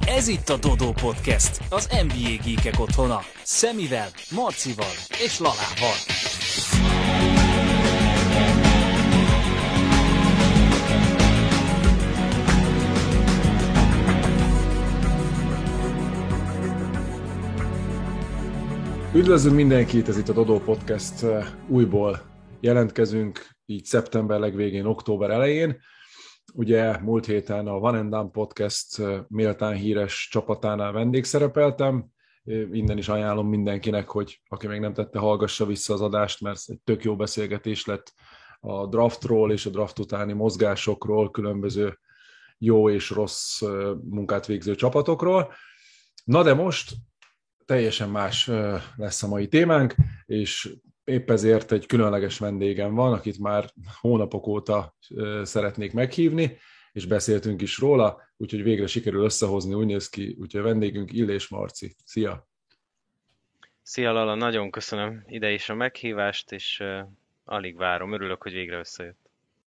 Ez itt a Dodó Podcast, az NBA geekek otthona. Szemivel, Marcival és Lalával. Üdvözlünk mindenkit, ez itt a Dodó Podcast, újból jelentkezünk, így szeptember legvégén, október elején. Ugye múlt héten a One and Done Podcast méltán híres csapatánál vendégszerepeltem. Innen is ajánlom mindenkinek, hogy aki még nem tette, hallgassa vissza az adást, mert egy tök jó beszélgetés lett a draftról és a draft utáni mozgásokról, különböző jó és rossz munkát végző csapatokról. Na de most teljesen más lesz a mai témánk, és épp ezért egy különleges vendégem van, akit már hónapok óta szeretnék meghívni, és beszéltünk is róla, úgyhogy végre sikerül összehozni, úgy néz ki, úgyhogy a vendégünk Illés Marci. Szia! Szia Lala, nagyon köszönöm ide is a meghívást, és alig várom, örülök, hogy végre összejött.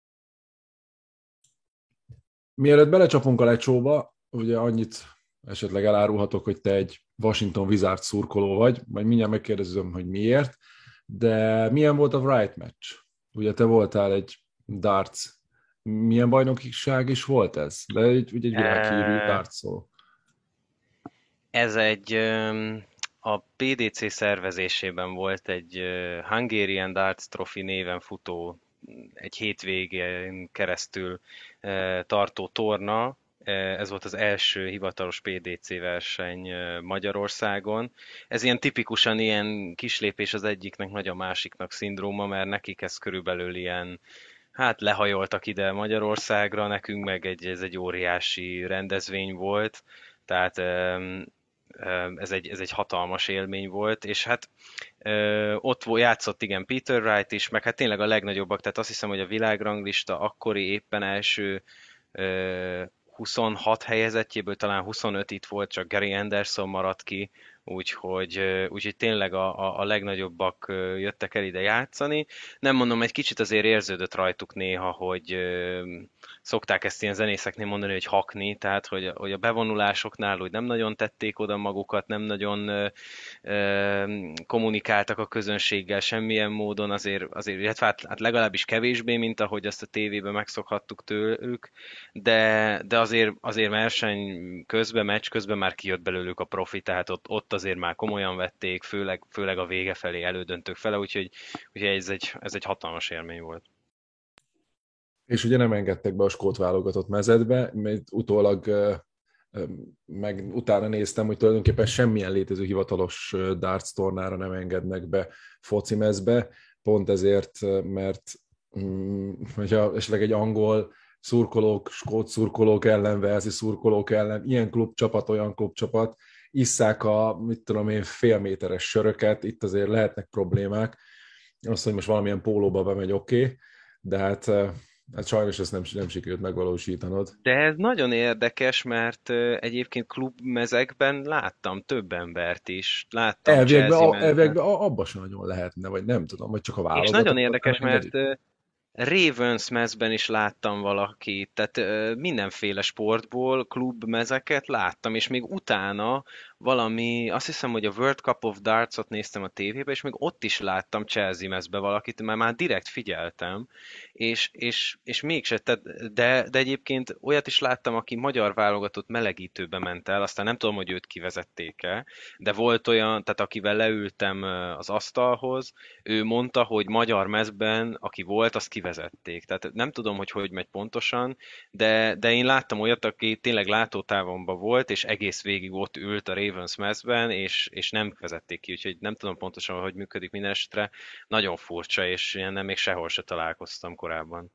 Mielőtt belecsapunk a lecsóba, ugye annyit esetleg elárulhatok, hogy te egy Washington Wizards szurkoló vagy, majd mindjárt megkérdezem, hogy miért, de milyen volt a Wright meccs? Ugye te voltál egy darts, milyen bajnokság is volt ez? De egy világhírű darts szó. Ez a PDC szervezésében volt egy Hungarian Darts Trophy néven futó, egy hétvégén keresztül tartó torna. Ez volt az első hivatalos PDC verseny Magyarországon. Ez ilyen tipikusan ilyen kislépés az egyiknek, nagy a másiknak szindróma, mert nekik ez körülbelül ilyen, hát lehajoltak ide Magyarországra, nekünk meg ez egy óriási rendezvény volt, tehát ez egy hatalmas élmény volt, és hát ott játszott igen Peter Wright is, meg hát tényleg a legnagyobbak, tehát azt hiszem, hogy a világranglista akkori éppen első 26 helyezettjéből talán 25 itt volt, csak Gary Anderson maradt ki, úgyhogy tényleg a legnagyobbak jöttek el ide játszani. Nem mondom, egy kicsit azért érződött rajtuk néha, hogy szokták ezt ilyen zenészeknél mondani, hogy hakni, tehát hogy a bevonulásoknál úgy nem nagyon tették oda magukat, nem nagyon kommunikáltak a közönséggel semmilyen módon, azért hát legalábbis kevésbé, mint ahogy azt a tévében megszokhattuk tőlük, de azért verseny közben, meccs közben már kijött belőlük a profi, tehát ott azért már komolyan vették, főleg a vége felé, elődöntők fele, úgyhogy ez egy hatalmas élmény volt. És ugye nem engedtek be a skót válogatott mezedbe, mert utólag meg utána néztem, hogy tulajdonképpen semmilyen létező hivatalos darts tornára nem engednek be foci mezbe, pont ezért, mert hogyha esetleg egy angol szurkolók, skót szurkolók ellen, walesi szurkolók ellen, ilyen klubcsapat, olyan klubcsapat, isszák a, mit tudom én, félméteres söröket, itt azért lehetnek problémák. Azt, hogy most valamilyen pólóba bemegy, oké, de hát sajnos ezt nem sikerült megvalósítanod. De ez nagyon érdekes, mert egyébként klubmezekben láttam több embert is. Láttam Elvégben abba sem nagyon lehetne, vagy nem tudom, vagy csak a válogatott. És nagyon érdekes, mert Ravens mezben is láttam valakit, tehát mindenféle sportból klubmezeket láttam, és még utána valami, azt hiszem, hogy a World Cup of Darts-ot néztem a tévébe, és még ott is láttam Chelsea mezbe valakit, mert már direkt figyeltem, és mégse, de egyébként olyat is láttam, aki magyar válogatott melegítőbe ment el, aztán nem tudom, hogy őt kivezették-e, de volt olyan, tehát akivel leültem az asztalhoz, ő mondta, hogy magyar mezben, aki volt, azt kivezették. Tehát nem tudom, hogy megy pontosan, de én láttam olyat, aki tényleg látótávonban volt, és egész végig ott ült a Ravens mezben, és nem vezették ki, úgyhogy nem tudom pontosan, hogy működik minden esetre. Nagyon furcsa, és ilyen még sehol se találkoztam korábban.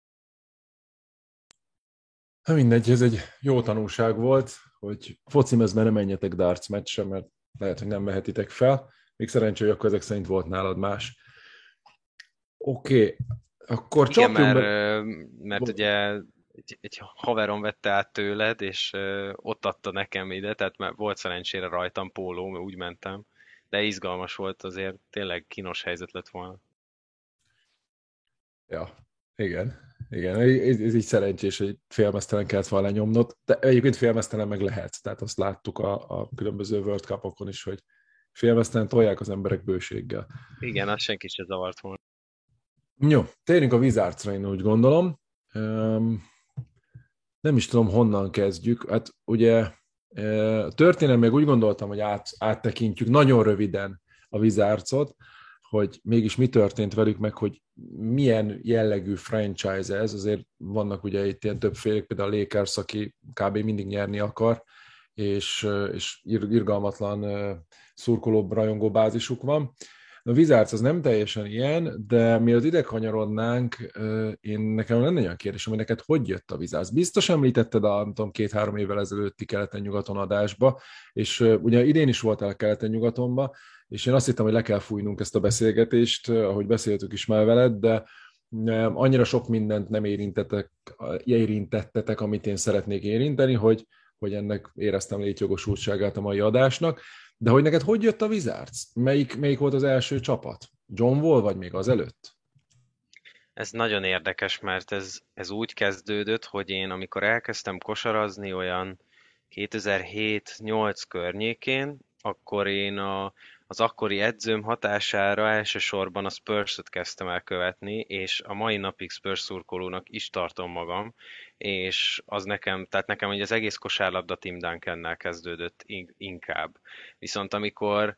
Ha mindegy, ez egy jó tanulság volt, hogy foci mezben nem menjetek darts meccsre, mert lehet, hogy nem vehetitek fel. Még szerencsé, hogy akkor ezek szerint volt nálad más. Oké, akkor csapjunk be. Mert ugye egy haverom vette át tőled, és ott adta nekem ide, tehát már volt szerencsére rajtam póló, mert úgy mentem. De izgalmas volt azért, tényleg kínos helyzet lett volna. Ja, Igen, igen. Ez így szerencsés, hogy félmeztelen kellett volna lenyomnod, de egyébként félmeztelen meg lehet. Tehát azt láttuk a különböző World Cup-okon is, hogy félmeztelen tolják az emberek bőséggel. Igen, az senki se zavart volna. Jó, térjünk a Wizardsra, én úgy gondolom. Nem is tudom, honnan kezdjük. Hát ugye történelem még úgy gondoltam, hogy áttekintjük nagyon röviden a Wizardsot, hogy mégis mi történt velük, meg hogy milyen jellegű franchise ez. Azért vannak ugye itt ilyen többféle, például a Lakers, aki kb. Mindig nyerni akar, és irgalmatlan szurkoló rajongó bázisuk van. A Wizards az nem teljesen ilyen, de mielőtt ide kanyarodnánk, nekem lenne olyan kérdésem, hogy neked hogy jött a Wizards? Biztos említetted a, nem tudom, 2-3 évvel ezelőtti keleten-nyugaton adásba, és ugye idén is voltál a keleten-nyugatonba, és én azt hittem, hogy le kell fújnunk ezt a beszélgetést, ahogy beszéltük is már veled, de annyira sok mindent nem érintettetek, amit én szeretnék érinteni, hogy ennek éreztem létjogosultságát a mai adásnak. De hogy neked hogy jött a Wizards? Melyik volt az első csapat? John Wall, vagy még az előtt? Ez nagyon érdekes, mert ez úgy kezdődött, hogy én amikor elkezdtem kosarazni olyan 2007-8 környékén, akkor én az akkori edzőm hatására elsősorban a Spurs-öt kezdtem el követni, és a mai napig Spurs szurkolónak is tartom magam, és az nekem, tehát nekem hogy az egész kosárlabda Tim Duncannel kezdődött inkább. Viszont amikor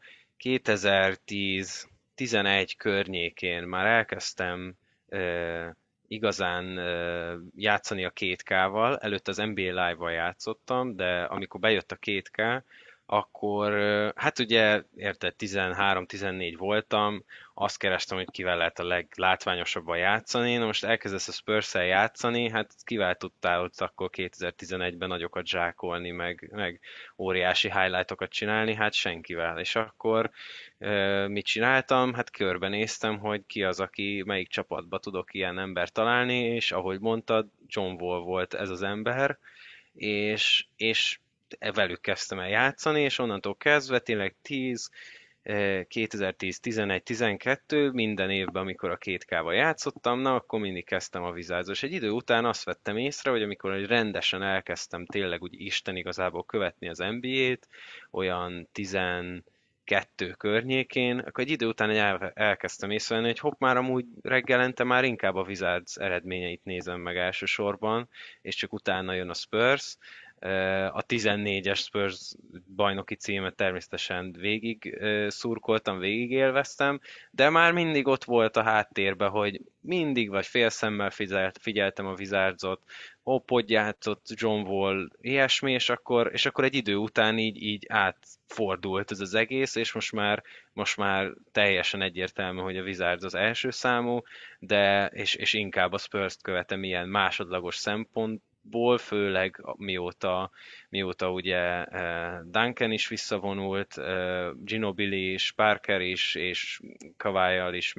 2010-11 környékén már elkezdtem igazán játszani a 2K-val. Előtt az NBA Live-val játszottam, de amikor bejött a 2K, akkor hát ugye érted, 13-14 voltam, azt kerestem, hogy kivel lehet a leglátványosabban játszani. Na most elkezdesz a Spurs-el játszani, hát kivel tudtál ott akkor 2011-ben nagyokat zsákolni, meg óriási highlightokat csinálni, hát senkivel. És akkor mit csináltam? Hát körbenéztem, hogy ki az, aki melyik csapatba tudok ilyen embert találni, és ahogy mondtad, John Wall volt ez az ember, és velük kezdtem el játszani, és onnantól kezdve tényleg 2010, 11, 12, minden évben, amikor a 2K-val játszottam, na, akkor mindig kezdtem a Wizards-os. Egy idő után azt vettem észre, hogy amikor rendesen elkezdtem tényleg úgy Isten igazából követni az NBA-t, olyan 12 környékén, akkor egy idő után elkezdtem észrevenni, hogy hopp, már amúgy reggelente már inkább a Wizards eredményeit nézem meg elsősorban, és csak utána jön a Spurs. A 14-es Spurs bajnoki címet természetesen végig szurkoltam, végig élveztem, de már mindig ott volt a háttérben, hogy mindig vagy félszemmel figyeltem a Wizardsot, hopp, hogy játszott John Wall, ilyesmi, és akkor egy idő után így átfordult ez az egész, és most már teljesen egyértelmű, hogy a Wizards az első számú, és inkább a Spurs-t követem ilyen másodlagos szempontból, főleg mióta ugye Duncan is visszavonult, Ginobili is, Parker is, és Kawhi-jal is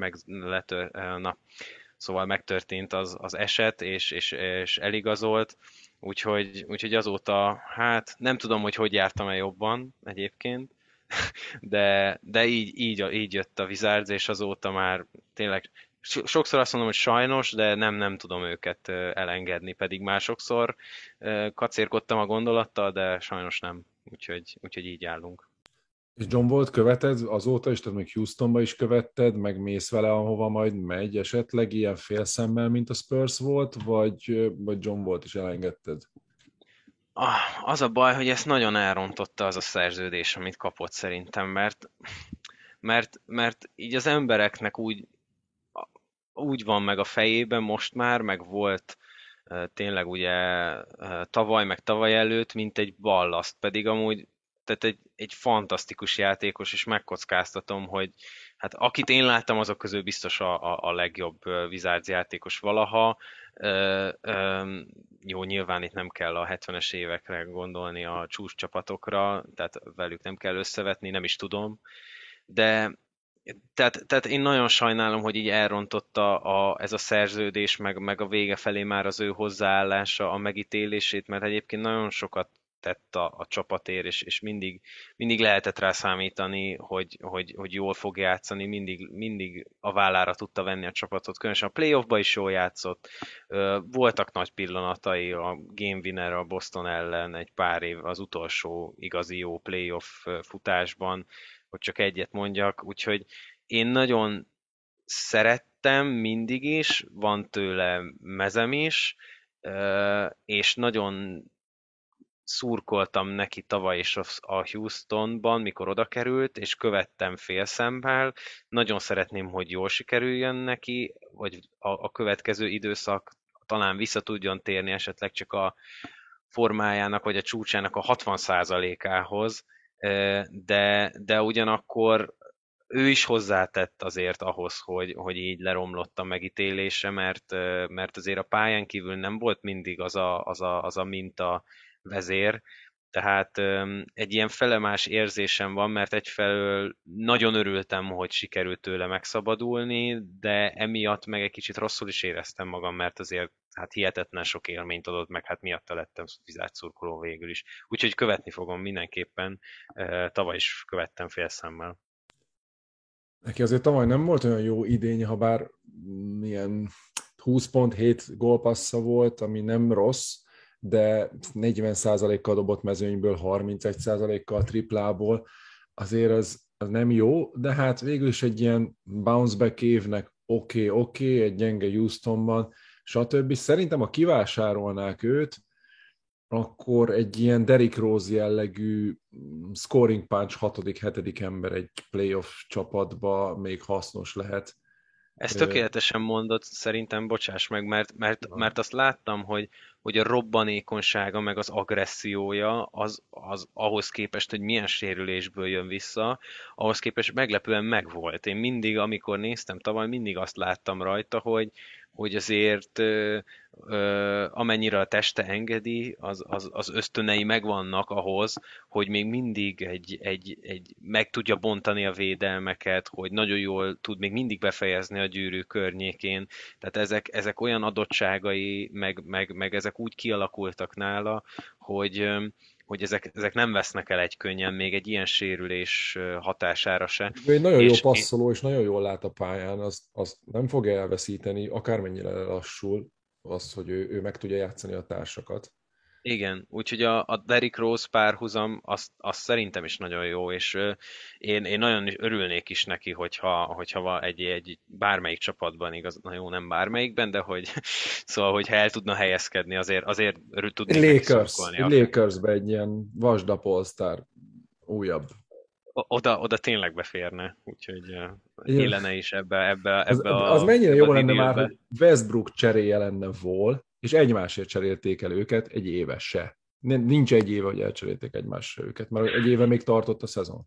szóval megtörtént az eset, és eligazolt, úgyhogy azóta, hát nem tudom, hogy jártam el jobban egyébként, de így jött a Wizards, és azóta már tényleg sokszor azt mondom, hogy sajnos, de nem tudom őket elengedni, pedig már sokszor kacérkodtam a gondolattal, de sajnos nem. Úgyhogy így állunk. És John Wall-t követed azóta is, tehát még Houstonba is követted, meg mész vele, ahova majd megy esetleg ilyen félszemmel, mint a Spurs volt, vagy John Wall-t is elengedted? Az a baj, hogy ezt nagyon elrontotta az a szerződés, amit kapott szerintem, mert így az embereknek úgy van meg a fejében most már, meg volt tényleg ugye tavaly, meg tavaly előtt, mint egy ballaszt, pedig amúgy tehát egy fantasztikus játékos, és megkockáztatom, hogy hát akit én láttam, azok közül biztos a legjobb Wizards játékos valaha. Jó, nyilván itt nem kell a 70-es évekre gondolni a csúcs csapatokra, tehát velük nem kell összevetni, nem is tudom, de tehát én nagyon sajnálom, hogy így elrontotta ez a szerződés, meg a vége felé már az ő hozzáállása, a megítélését, mert egyébként nagyon sokat tett a csapatért, és mindig lehetett rá számítani, hogy jól fog játszani, mindig a vállára tudta venni a csapatot, különösen a playoffba is jól játszott. Voltak nagy pillanatai, a game winner a Boston ellen egy pár év, az utolsó igazi jó playoff futásban, hogy csak egyet mondjak, úgyhogy én nagyon szerettem mindig is, van tőle mezem is, és nagyon szurkoltam neki tavaly is a Houstonban, mikor oda került, és követtem félszemmel. Nagyon szeretném, hogy jól sikerüljön neki, vagy a következő időszak talán vissza tudjon térni esetleg csak a formájának, vagy a csúcsának a 60%-ához, de ugyanakkor ő is hozzátett azért ahhoz, hogy így leromlott a megítélése, mert azért a pályán kívül nem volt mindig az a minta vezér, tehát egy ilyen felemás érzésem van, mert egyfelől nagyon örültem, hogy sikerült tőle megszabadulni, de emiatt meg egy kicsit rosszul is éreztem magam, mert azért hát hihetetlen sok élményt adott meg, hát miatta lettem Vizsgát szurkoló végül is. Úgyhogy követni fogom mindenképpen, tavaly is követtem félszemmel. Neki azért tavaly nem volt olyan jó idény, ha bár milyen 20.7 gólpassza volt, ami nem rossz, de 40%-kal dobott mezőnyből, 31%-kal triplából, azért az nem jó, de hát végül is egy ilyen bounce back évnek oké, egy gyenge Houstonban, stb. Szerintem, ha kivásárolnák őt, akkor egy ilyen Derrick Rose jellegű scoring punch 6.-7. ember egy playoff csapatba még hasznos lehet. Ezt tökéletesen mondod, szerintem, bocsáss meg, mert azt láttam, hogy a robbanékonysága, meg az agressziója az ahhoz képest, hogy milyen sérülésből jön vissza, ahhoz képest meglepően megvolt. Én mindig, amikor néztem tavaly, mindig azt láttam rajta, hogy azért amennyire a teste engedi, az ösztönei megvannak ahhoz, hogy még mindig egy meg tudja bontani a védelmeket, hogy nagyon jól tud még mindig befejezni a gyűrű környékén. Tehát ezek olyan adottságai, meg ezek úgy kialakultak nála, hogy ezek nem vesznek el egy könnyen, még egy ilyen sérülés hatására se. Ő egy nagyon jó passzoló, és nagyon jól lát a pályán, azt nem fogja elveszíteni, akármennyire lassul, az, hogy ő meg tudja játszani a társakat. Igen, úgyhogy a Derrick Rose párhuzam, azt szerintem is nagyon jó, és én nagyon örülnék is neki, hogyha egy bármelyik csapatban, igaz, na jó, nem bármelyikben, de hogy szóval, hogyha el tudna helyezkedni, azért tudnék neki szurkolni. Lakersbe egy ilyen vasdap all-star újabb. Oda tényleg beférne, úgyhogy illene is ebbe az mennyire jó lenne már, hogy Westbrook cseréje lenne Wall, és egymásért cserélték el őket egy éve se. Nincs egy éve, hogy elcserélték egymásra őket, mert egy éve még tartott a szezon.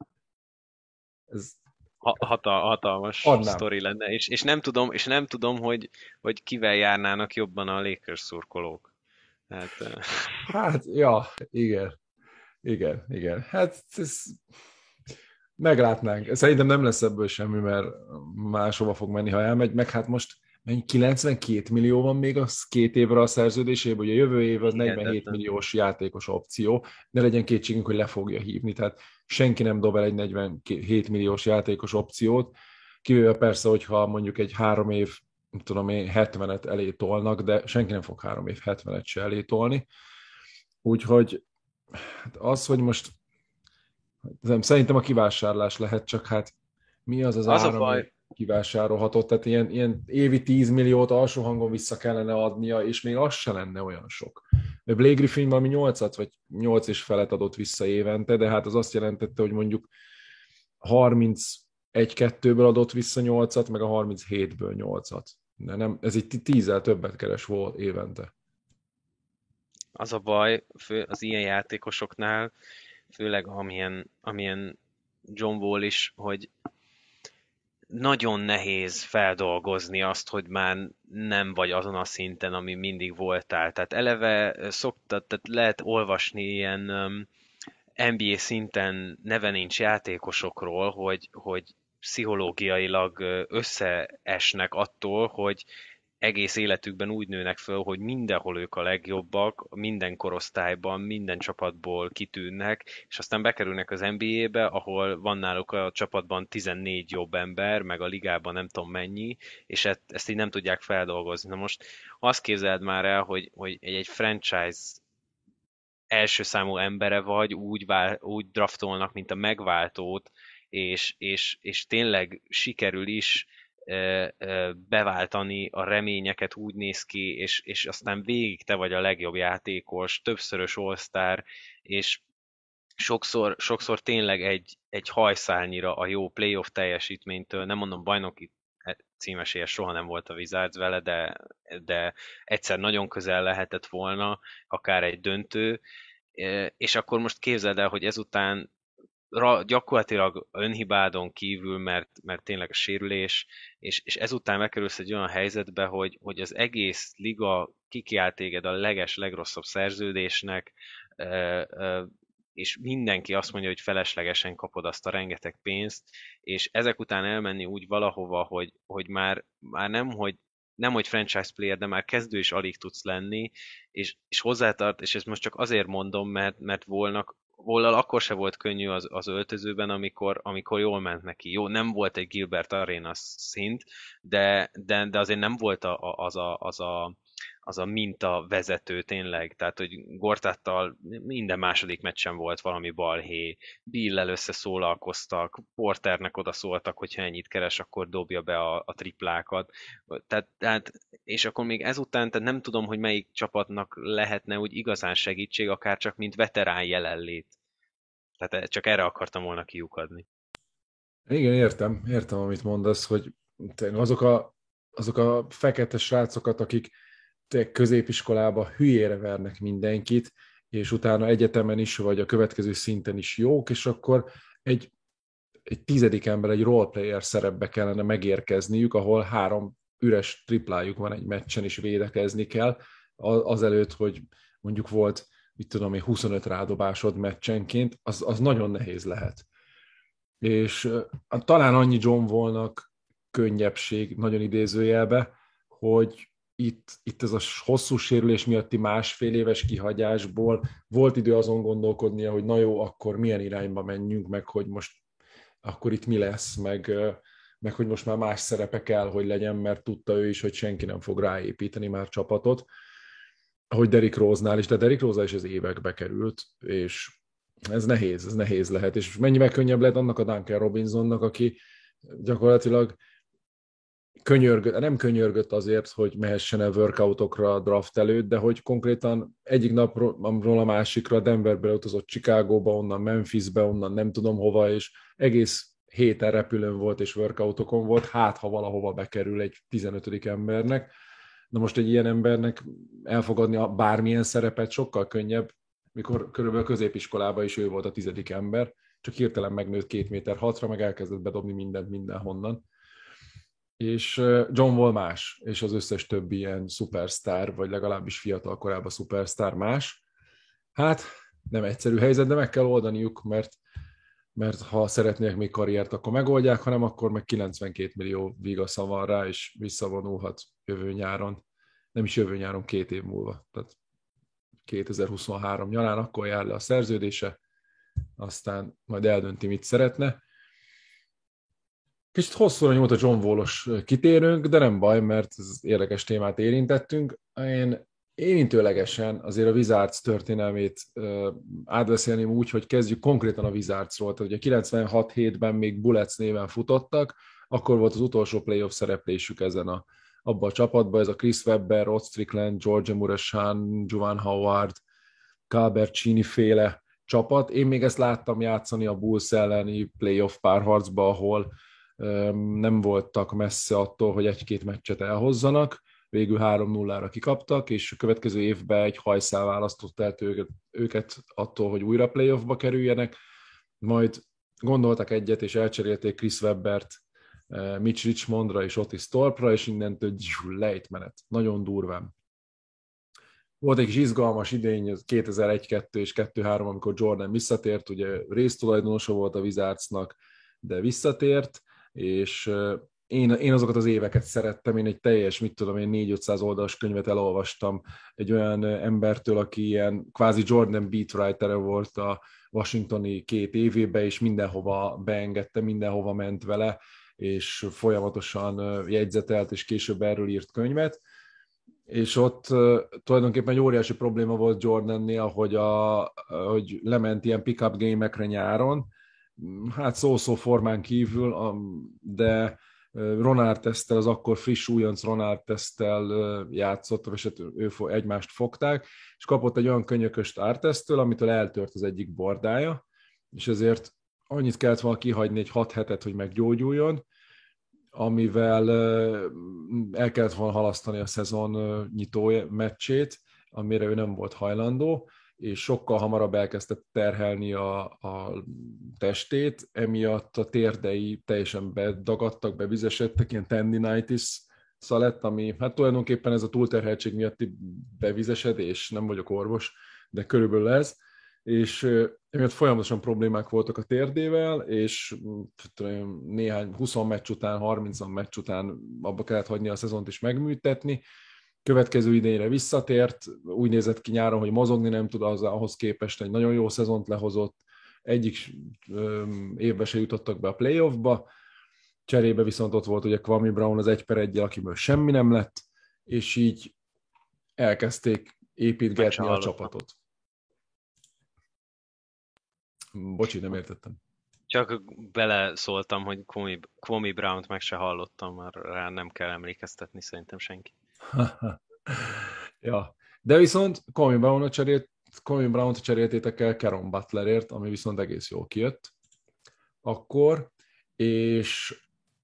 Ez hatalmas sztori lenne, és nem tudom, hogy kivel járnának jobban a Lakers szurkolók. Hát, ja, igen. Hát ez meglátnánk. Szerintem nem lesz ebből semmi, mert máshova fog menni, ha elmegy, meg hát most 92 millió van még az 2 évre a szerződésében, ugye jövő év az 47 milliós játékos opció, ne legyen kétségünk, hogy le fogja hívni, tehát senki nem dob el egy 47 milliós játékos opciót, kivéve persze, hogyha mondjuk egy 3 év, tudom én, 70-et elé tolnak, de senki nem fog 3 év 70-et se elé tolni. Úgyhogy az, hogy most szerintem a kivásárlás lehet, csak hát mi az áram, kivásárolhatott, tehát ilyen évi 10 milliót alsó hangon vissza kellene adnia, és még az se lenne olyan sok. Mert Blake Griffin valami 8-at, vagy 8 és felet adott vissza évente, de hát az azt jelentette, hogy mondjuk 31-2-ből adott vissza 8-at, meg a 37-ből 8-at. De nem, ez így 10-el többet keres volt évente. Az a baj az ilyen játékosoknál, főleg amilyen John Wall is, hogy nagyon nehéz feldolgozni azt, hogy már nem vagy azon a szinten, ami mindig voltál. Tehát eleve tehát lehet olvasni ilyen NBA szinten neve nincs játékosokról, hogy pszichológiailag összeesnek attól, hogy egész életükben úgy nőnek föl, hogy mindenhol ők a legjobbak, minden korosztályban, minden csapatból kitűnnek, és aztán bekerülnek az NBA-be, ahol van náluk a csapatban 14 jobb ember, meg a ligában nem tudom mennyi, és ezt így nem tudják feldolgozni. Na most azt képzeld már el, hogy egy franchise első számú embere vagy, úgy draftolnak, mint a megváltót, és tényleg sikerül is beváltani a reményeket, úgy néz ki, és aztán végig te vagy a legjobb játékos, többszörös all-star, és sokszor tényleg egy hajszálnyira a jó playoff teljesítménytől, nem mondom bajnoki címesélyes soha nem volt a Wizards vele, de egyszer nagyon közel lehetett volna, akár egy döntő, és akkor most képzeld el, hogy ezután gyakorlatilag önhibádon kívül, mert tényleg a sérülés, és ezután megkerülsz egy olyan helyzetbe, hogy az egész liga kikiált téged a legrosszabb szerződésnek, és mindenki azt mondja, hogy feleslegesen kapod azt a rengeteg pénzt, és ezek után elmenni úgy valahova, hogy már nem hogy franchise player, de már kezdő is alig tudsz lenni, és hozzátart, és ezt most csak azért mondom, mert Wallal akkor se volt könnyű az öltözőben, amikor jól ment neki. Jó, nem volt egy Gilbert Arenas szint, de azért nem volt az a minta vezető tényleg. Tehát, hogy Gortattal minden második meccsen volt valami balhé, Bill-lel összeszólalkoztak, Porternek odaszóltak, hogyha ennyit keres, akkor dobja be a triplákat. Tehát, és akkor még ezután, tehát nem tudom, hogy melyik csapatnak lehetne úgy igazán segítség, akár csak mint veterán jelenlét. Tehát csak erre akartam volna kiukadni. Igen, értem, amit mondasz, hogy azok a fekete srácokat, akik középiskolába hülyére vernek mindenkit, és utána egyetemen is, vagy a következő szinten is jók, és akkor egy tizedik ember, egy roleplayer szerepbe kellene megérkezniük, ahol 3 üres triplájuk van egy meccsen, és védekezni kell, azelőtt, hogy mondjuk volt, mit tudom én, 25 rádobásod meccsenként, az nagyon nehéz lehet. És talán annyi John Wallnak könnyebbség, nagyon idézőjelbe, hogy itt ez a hosszú sérülés miatti 1,5 éves kihagyásból volt idő azon gondolkodnia, hogy na jó, akkor milyen irányba menjünk, meg hogy most akkor itt mi lesz, meg hogy most már más szerepe kell, hogy legyen, mert tudta ő is, hogy senki nem fog ráépíteni már csapatot, ahogy Derrick Rose-nál is, de Derrick Rose is az évekbe került, és ez nehéz lehet, és mennyivel könnyebb lehet annak a Duncan Robinsonnak, aki gyakorlatilag nem könyörgött azért, hogy mehessen el workoutokra a draft előtt, de hogy konkrétan egyik napról a másikra Denverbe utazott Chicagóba, onnan Memphisbe, onnan nem tudom hova, és egész héten repülőn volt és workoutokon volt, hát ha valahova bekerül egy 15. embernek. Na most egy ilyen embernek elfogadni bármilyen szerepet sokkal könnyebb, mikor körülbelül középiskolában is ő volt a 10. ember, csak hirtelen megnőtt 2 méter 6-ra, meg elkezdett bedobni mindent mindenhonnan. És John Wall más, és az összes többi ilyen szupersztár, vagy legalábbis fiatal korában szupersztár más. Hát nem egyszerű helyzet, de meg kell oldaniuk, mert ha szeretnék még karriert, akkor megoldják, hanem akkor meg 92 millió vigasza van rá, és visszavonulhat jövő nyáron. Nem is jövő nyáron, 2 év múlva. Tehát 2023 nyarán akkor jár le a szerződése, aztán majd eldönti, mit szeretne. Kicsit hosszúra nyúlt a John Wall-os kitérőnk, de nem baj, mert ez érdekes témát érintettünk. Én érintőlegesen azért a Wizards történelmét átbeszélném úgy, hogy kezdjük konkrétan a Wizardsról. Tehát ugye 96-7-ben még Bullets néven futottak, akkor volt az utolsó playoff szereplésük abban a csapatban, ez a Chris Webber, Rod Strickland, George Muresan, Juwan Howard, Calbertini féle csapat. Én még ezt láttam játszani a Bulls elleni playoff párharcba, ahol nem voltak messze attól, hogy 1-2 meccset elhozzanak, végül 3-0-ra kikaptak, és a következő évben egy hajszál választott el őket attól, hogy újra playoffba kerüljenek, majd gondoltak egyet, és elcserélték Chris Webbert Mitch Richmondra és Otis Thorpe-ra, és innentől lejtmenet. Nagyon durván. Volt egy kis izgalmas idény, 2001-2 és 2-3, amikor Jordan visszatért, ugye résztulajdonosa volt a Wizardsnak, de visszatért, és én azokat az éveket szerettem, én egy teljes, mit tudom én, 400-500 oldalas könyvet elolvastam egy olyan embertől, aki ilyen kvázi Jordan beatwriter volt a washingtoni 2 évében, és mindenhova beengedte, mindenhova ment vele, és folyamatosan jegyzetelt, és később erről írt könyvet. És ott tulajdonképpen egy óriási probléma volt Jordannél, hogy lement ilyen pick-up game-ekre nyáron, hát szó-szó formán kívül, de Ron Artesttel, az akkor friss újonc Ron Artesttel játszott, és hát egymást fogták, és kapott egy olyan könyököst Artesttől, amitől eltört az egyik bordája, és ezért annyit kellett volna kihagyni egy 6 hetet, hogy meggyógyuljon, amivel el kellett volna halasztani a szezon nyitó meccsét, amire ő nem volt hajlandó, és sokkal hamarabb elkezdte terhelni a testét, emiatt a térdei teljesen bedagadtak, bevizesedtek, ilyen tendinitis lett, ami hát tulajdonképpen ez a túlterheltség miatti bevizesedés, nem vagyok orvos, de körülbelül ez, és emiatt folyamatosan problémák voltak a térdével, és néhány 20 meccs után, 30 meccs után abba kellett hagyni a szezont is megműtetni. Következő idényre visszatért, úgy nézett ki nyáron, hogy mozogni nem tud, ahhoz képest egy nagyon jó szezont lehozott, egyik évben se jutottak be a playoffba, cserébe viszont ott volt ugye Kwame Brown az 1/1, akiből semmi nem lett, és így elkezdték építgetni a csapatot. Bocsi, nem értettem. Csak beleszóltam, hogy Kwame Brownt meg se hallottam, mert rá nem kell emlékeztetni szerintem senki. Ja, de viszont Kwame Brownt cseréltétek el Caron Butlerért, ami viszont egész jól kijött akkor, és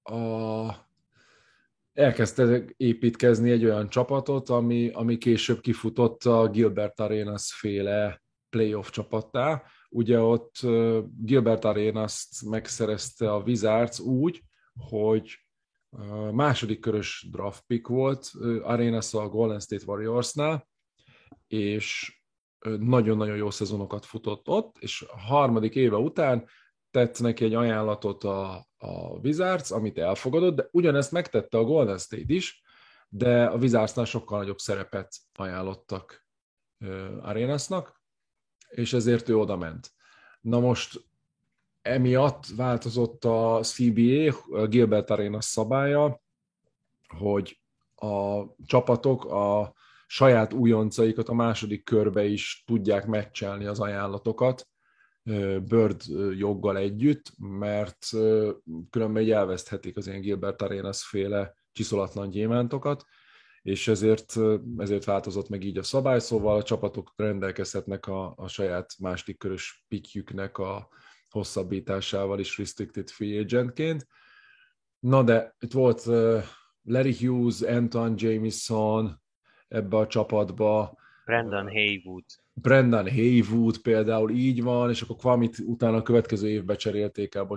elkezdtek építkezni egy olyan csapatot, ami később kifutott a Gilbert Arenas féle playoff csapattá. Ugye ott Gilbert Arenas-t megszerezte a Wizards úgy, hogy második körös draft pick volt Arenas a Golden State Warriorsnál, és nagyon-nagyon jó szezonokat futott ott, és a harmadik éve után tett neki egy ajánlatot a Wizards, amit elfogadott, de ugyanezt megtette a Golden State is, de a Wizardsnál sokkal nagyobb szerepet ajánlottak Arenasnak, és ezért ő oda ment. Na most emiatt változott a CBA, a Gilbert Arenas szabálya, hogy a csapatok a saját újoncaikat a második körbe is tudják meccselni az ajánlatokat, Bird joggal együtt, mert különben így elveszthetik az ilyen Gilbert Arenas féle csiszolatlan gyémántokat, és ezért változott meg így a szabály, szóval a csapatok rendelkezhetnek a saját második körös pickjüknek a hosszabbításával is restricted free agentként. Na de itt volt Larry Hughes, Anton Jamison ebbe a csapatba. Brendan Haywood például így van, és akkor Kwamit utána a következő évben cserélték el,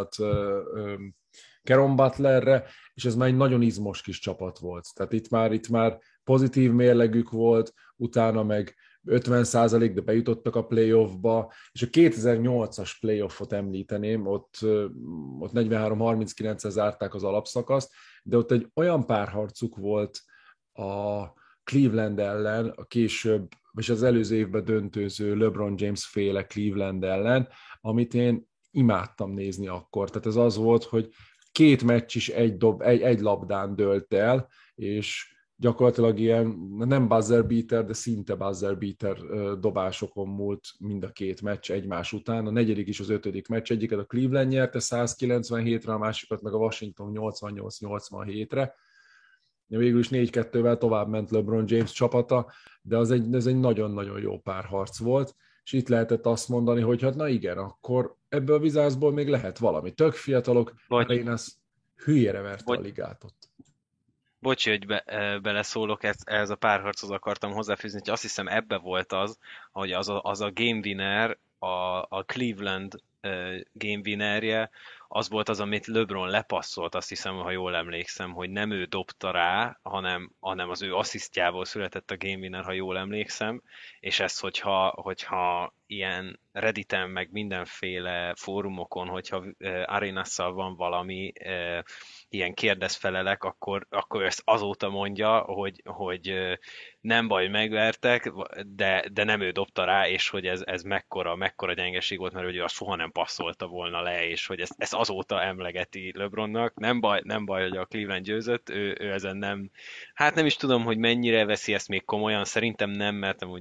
Caron Butlerre, és ez már egy nagyon izmos kis csapat volt. Tehát itt már pozitív mérlegük volt, utána meg 50%, de bejutottak a playoffba, és a 2008-as playoffot említeném, ott 43-39-el zárták az alapszakaszt, de ott egy olyan párharcuk volt a Cleveland ellen, a később, és az előző évben döntőző LeBron James féle Cleveland ellen, amit én imádtam nézni akkor. Tehát ez az volt, hogy 2 meccs is egy labdán dőlt el, és gyakorlatilag ilyen nem buzzer beater, de szinte buzzer beater dobásokon múlt mind a 2 meccs egymás után. A 4. és az 5. meccs, egyiket a Cleveland nyerte 197-re, a másikat meg a Washington 88-87-re. Végül is 4-2-vel tovább ment LeBron James csapata, de ez egy nagyon-nagyon jó párharc volt, és itt lehetett azt mondani, hogy hát na igen, akkor ebből a Wizardsból még lehet valami. Tök fiatalok, én ezt hülyére verte a ligát ott. Bocsi, hogy beleszólok, ehhez a párharchoz akartam hozzáfűzni, hogy azt hiszem ebbe volt az, hogy az a game winner, a Cleveland game winnerje, az volt az, amit LeBron lepasszolt, azt hiszem, ha jól emlékszem, hogy nem ő dobta rá, hanem az ő asszisztjából született a game winner, ha jól emlékszem, és ezt, hogyha ilyen Redditen, meg mindenféle fórumokon, hogyha Arenasszal van valami ilyen kérdezfelelek, akkor ezt azóta mondja, hogy nem baj, megvertek, de nem ő dobta rá, és hogy ez mekkora gyengeség volt, mert hogy ő azt soha nem passzolta volna le, és hogy ezt azóta emlegeti LeBronnak. Nem baj, hogy a Cleveland győzött, ő ezen nem is tudom, hogy mennyire veszi ezt még komolyan, szerintem nem, mert amúgy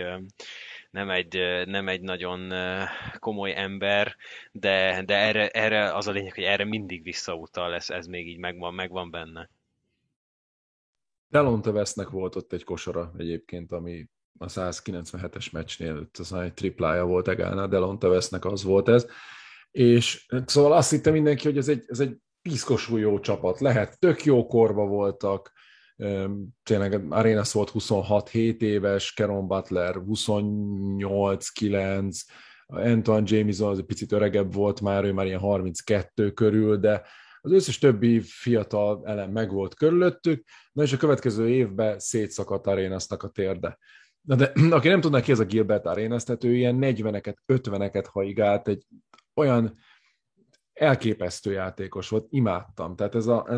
nem egy nagyon komoly ember, de erre az a lényeg, hogy erre mindig visszautal, ez még így megvan benne. Delonte Westnek volt ott egy kosara egyébként, ami a 197-es meccsnél aztán egy triplája volt Egálnál, Delonte Westnek az volt ez. És szóval azt hitte mindenki, hogy ez egy piszkosul jó csapat. Lehet, tök jó korba voltak, tényleg Arenas volt 26-7 éves, Caron Butler 28-9, Antoine Jamison az egy picit öregebb volt már, ő már ilyen 32 körül, de az összes többi fiatal elem megvolt körülöttük, na és a következő évben szétszakadt Arenasnak a térde. Na de aki nem tudná ki ez a Gilbert Arenas, tehát ő ilyen 40-eket, 50-eket haigált, egy olyan elképesztő játékos volt, imádtam. Tehát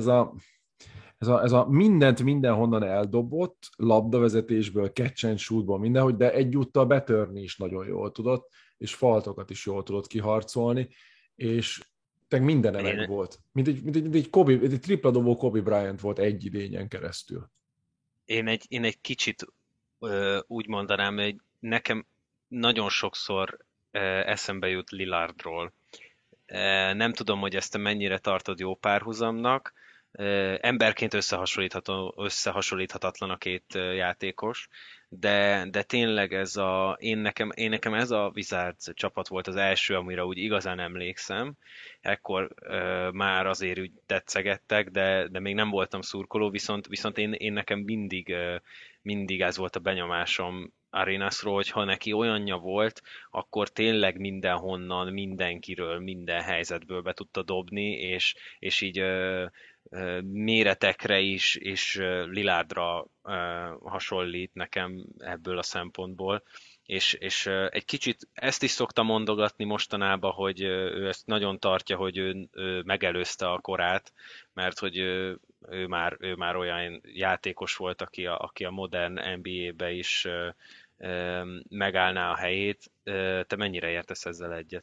ez a mindent mindenhonnan eldobott, labdavezetésből, catch and shootból, mindenhogy, de egyúttal betörni is nagyon jól tudott, és faltokat is jól tudott kiharcolni, és minden meg volt. Mint egy tripladobó Kobe Bryant volt egy idényen keresztül. Én egy kicsit úgy mondanám, hogy nekem nagyon sokszor eszembe jut Lillardról. Nem tudom, hogy ezt te mennyire tartod jó párhuzamnak. Emberként összehasonlíthatatlan a két játékos, de tényleg én nekem ez a Wizards csapat volt az első, amire úgy igazán emlékszem. Ekkor már azért úgy tetszegettek, de még nem voltam szurkoló, viszont én nekem mindig ez volt a benyomásom Arenasról, hogy ha neki olyanja volt, akkor tényleg mindenhonnan, mindenkiről, minden helyzetből be tudta dobni, és így méretekre is, és Lillardra hasonlít nekem ebből a szempontból. És egy kicsit ezt is szokta mondogatni mostanában, hogy ő ezt nagyon tartja, hogy ő megelőzte a korát, mert hogy ő már olyan játékos volt, aki a modern NBA-be is megállná a helyét. Te mennyire értesz ezzel egyet?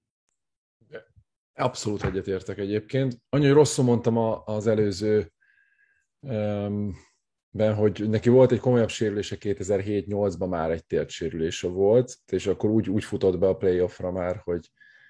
Abszolút egyetértek egyébként. Annyi, hogy rosszul mondtam az előző hogy neki volt egy komolyabb sérülése 2007-8-ban, már egy térdsérülése volt, és akkor úgy futott be a playoffra már, hogy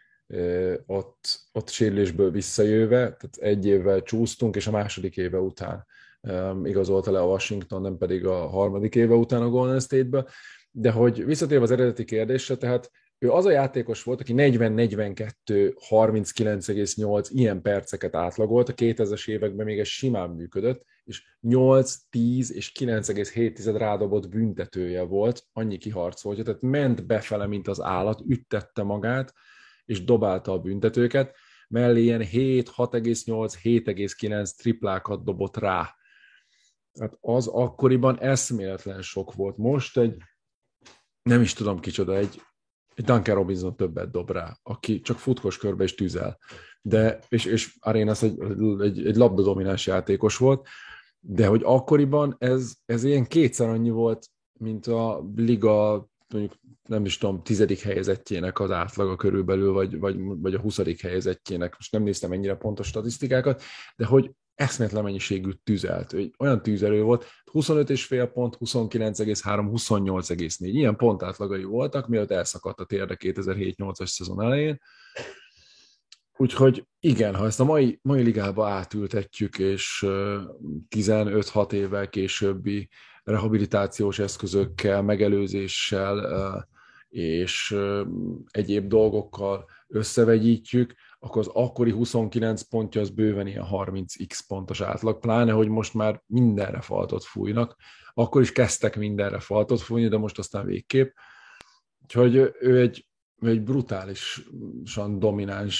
ott sérülésből visszajöve, tehát egy évvel csúsztunk, és a második éve után igazolta le a Washington, nem pedig a harmadik éve után a Golden State-be. De hogy visszatérve az eredeti kérdésre, tehát ő az a játékos volt, aki 40-42, 39,8 ilyen perceket átlagolt, a 2000-es években még ez simán működött, és 8, 10 és 9,7 rádobott büntetője volt, annyi kiharcolja, tehát ment befele, mint az állat, üttette magát, és dobálta a büntetőket, mellé ilyen 7, 6,8, 7,9 triplákat dobott rá. Tehát az akkoriban eszméletlen sok volt. Most nem is tudom kicsoda, egy Duncan Robinson többet dob rá, aki csak futkos körbe és tüzel. És Arenas egy labdadomináns játékos volt, de hogy akkoriban ez ilyen kétszer annyi volt, mint a liga, mondjuk nem is tudom, 10. helyezettjének az átlaga körülbelül, vagy a 20. helyezettjének. Most nem néztem ennyire pontos statisztikákat, de hogy eszméletlen mennyiségű tüzelt. Olyan tűzelő volt, 25,5 pont, 29,3, 28,4. Ilyen pontátlagai voltak, mielőtt elszakadt a térde 2007-8-as szezon elején. Úgyhogy igen, ha ezt a mai ligába átültetjük, és 15-6 évvel későbbi rehabilitációs eszközökkel, megelőzéssel és egyéb dolgokkal összevegyítjük, akkor az akkori 29 pontja az bőven ilyen 30x pontos átlag, pláne, hogy most már mindenre faltot fújnak. Akkor is kezdtek mindenre faltot fújni, de most aztán végképp. Úgyhogy ő egy brutálisan domináns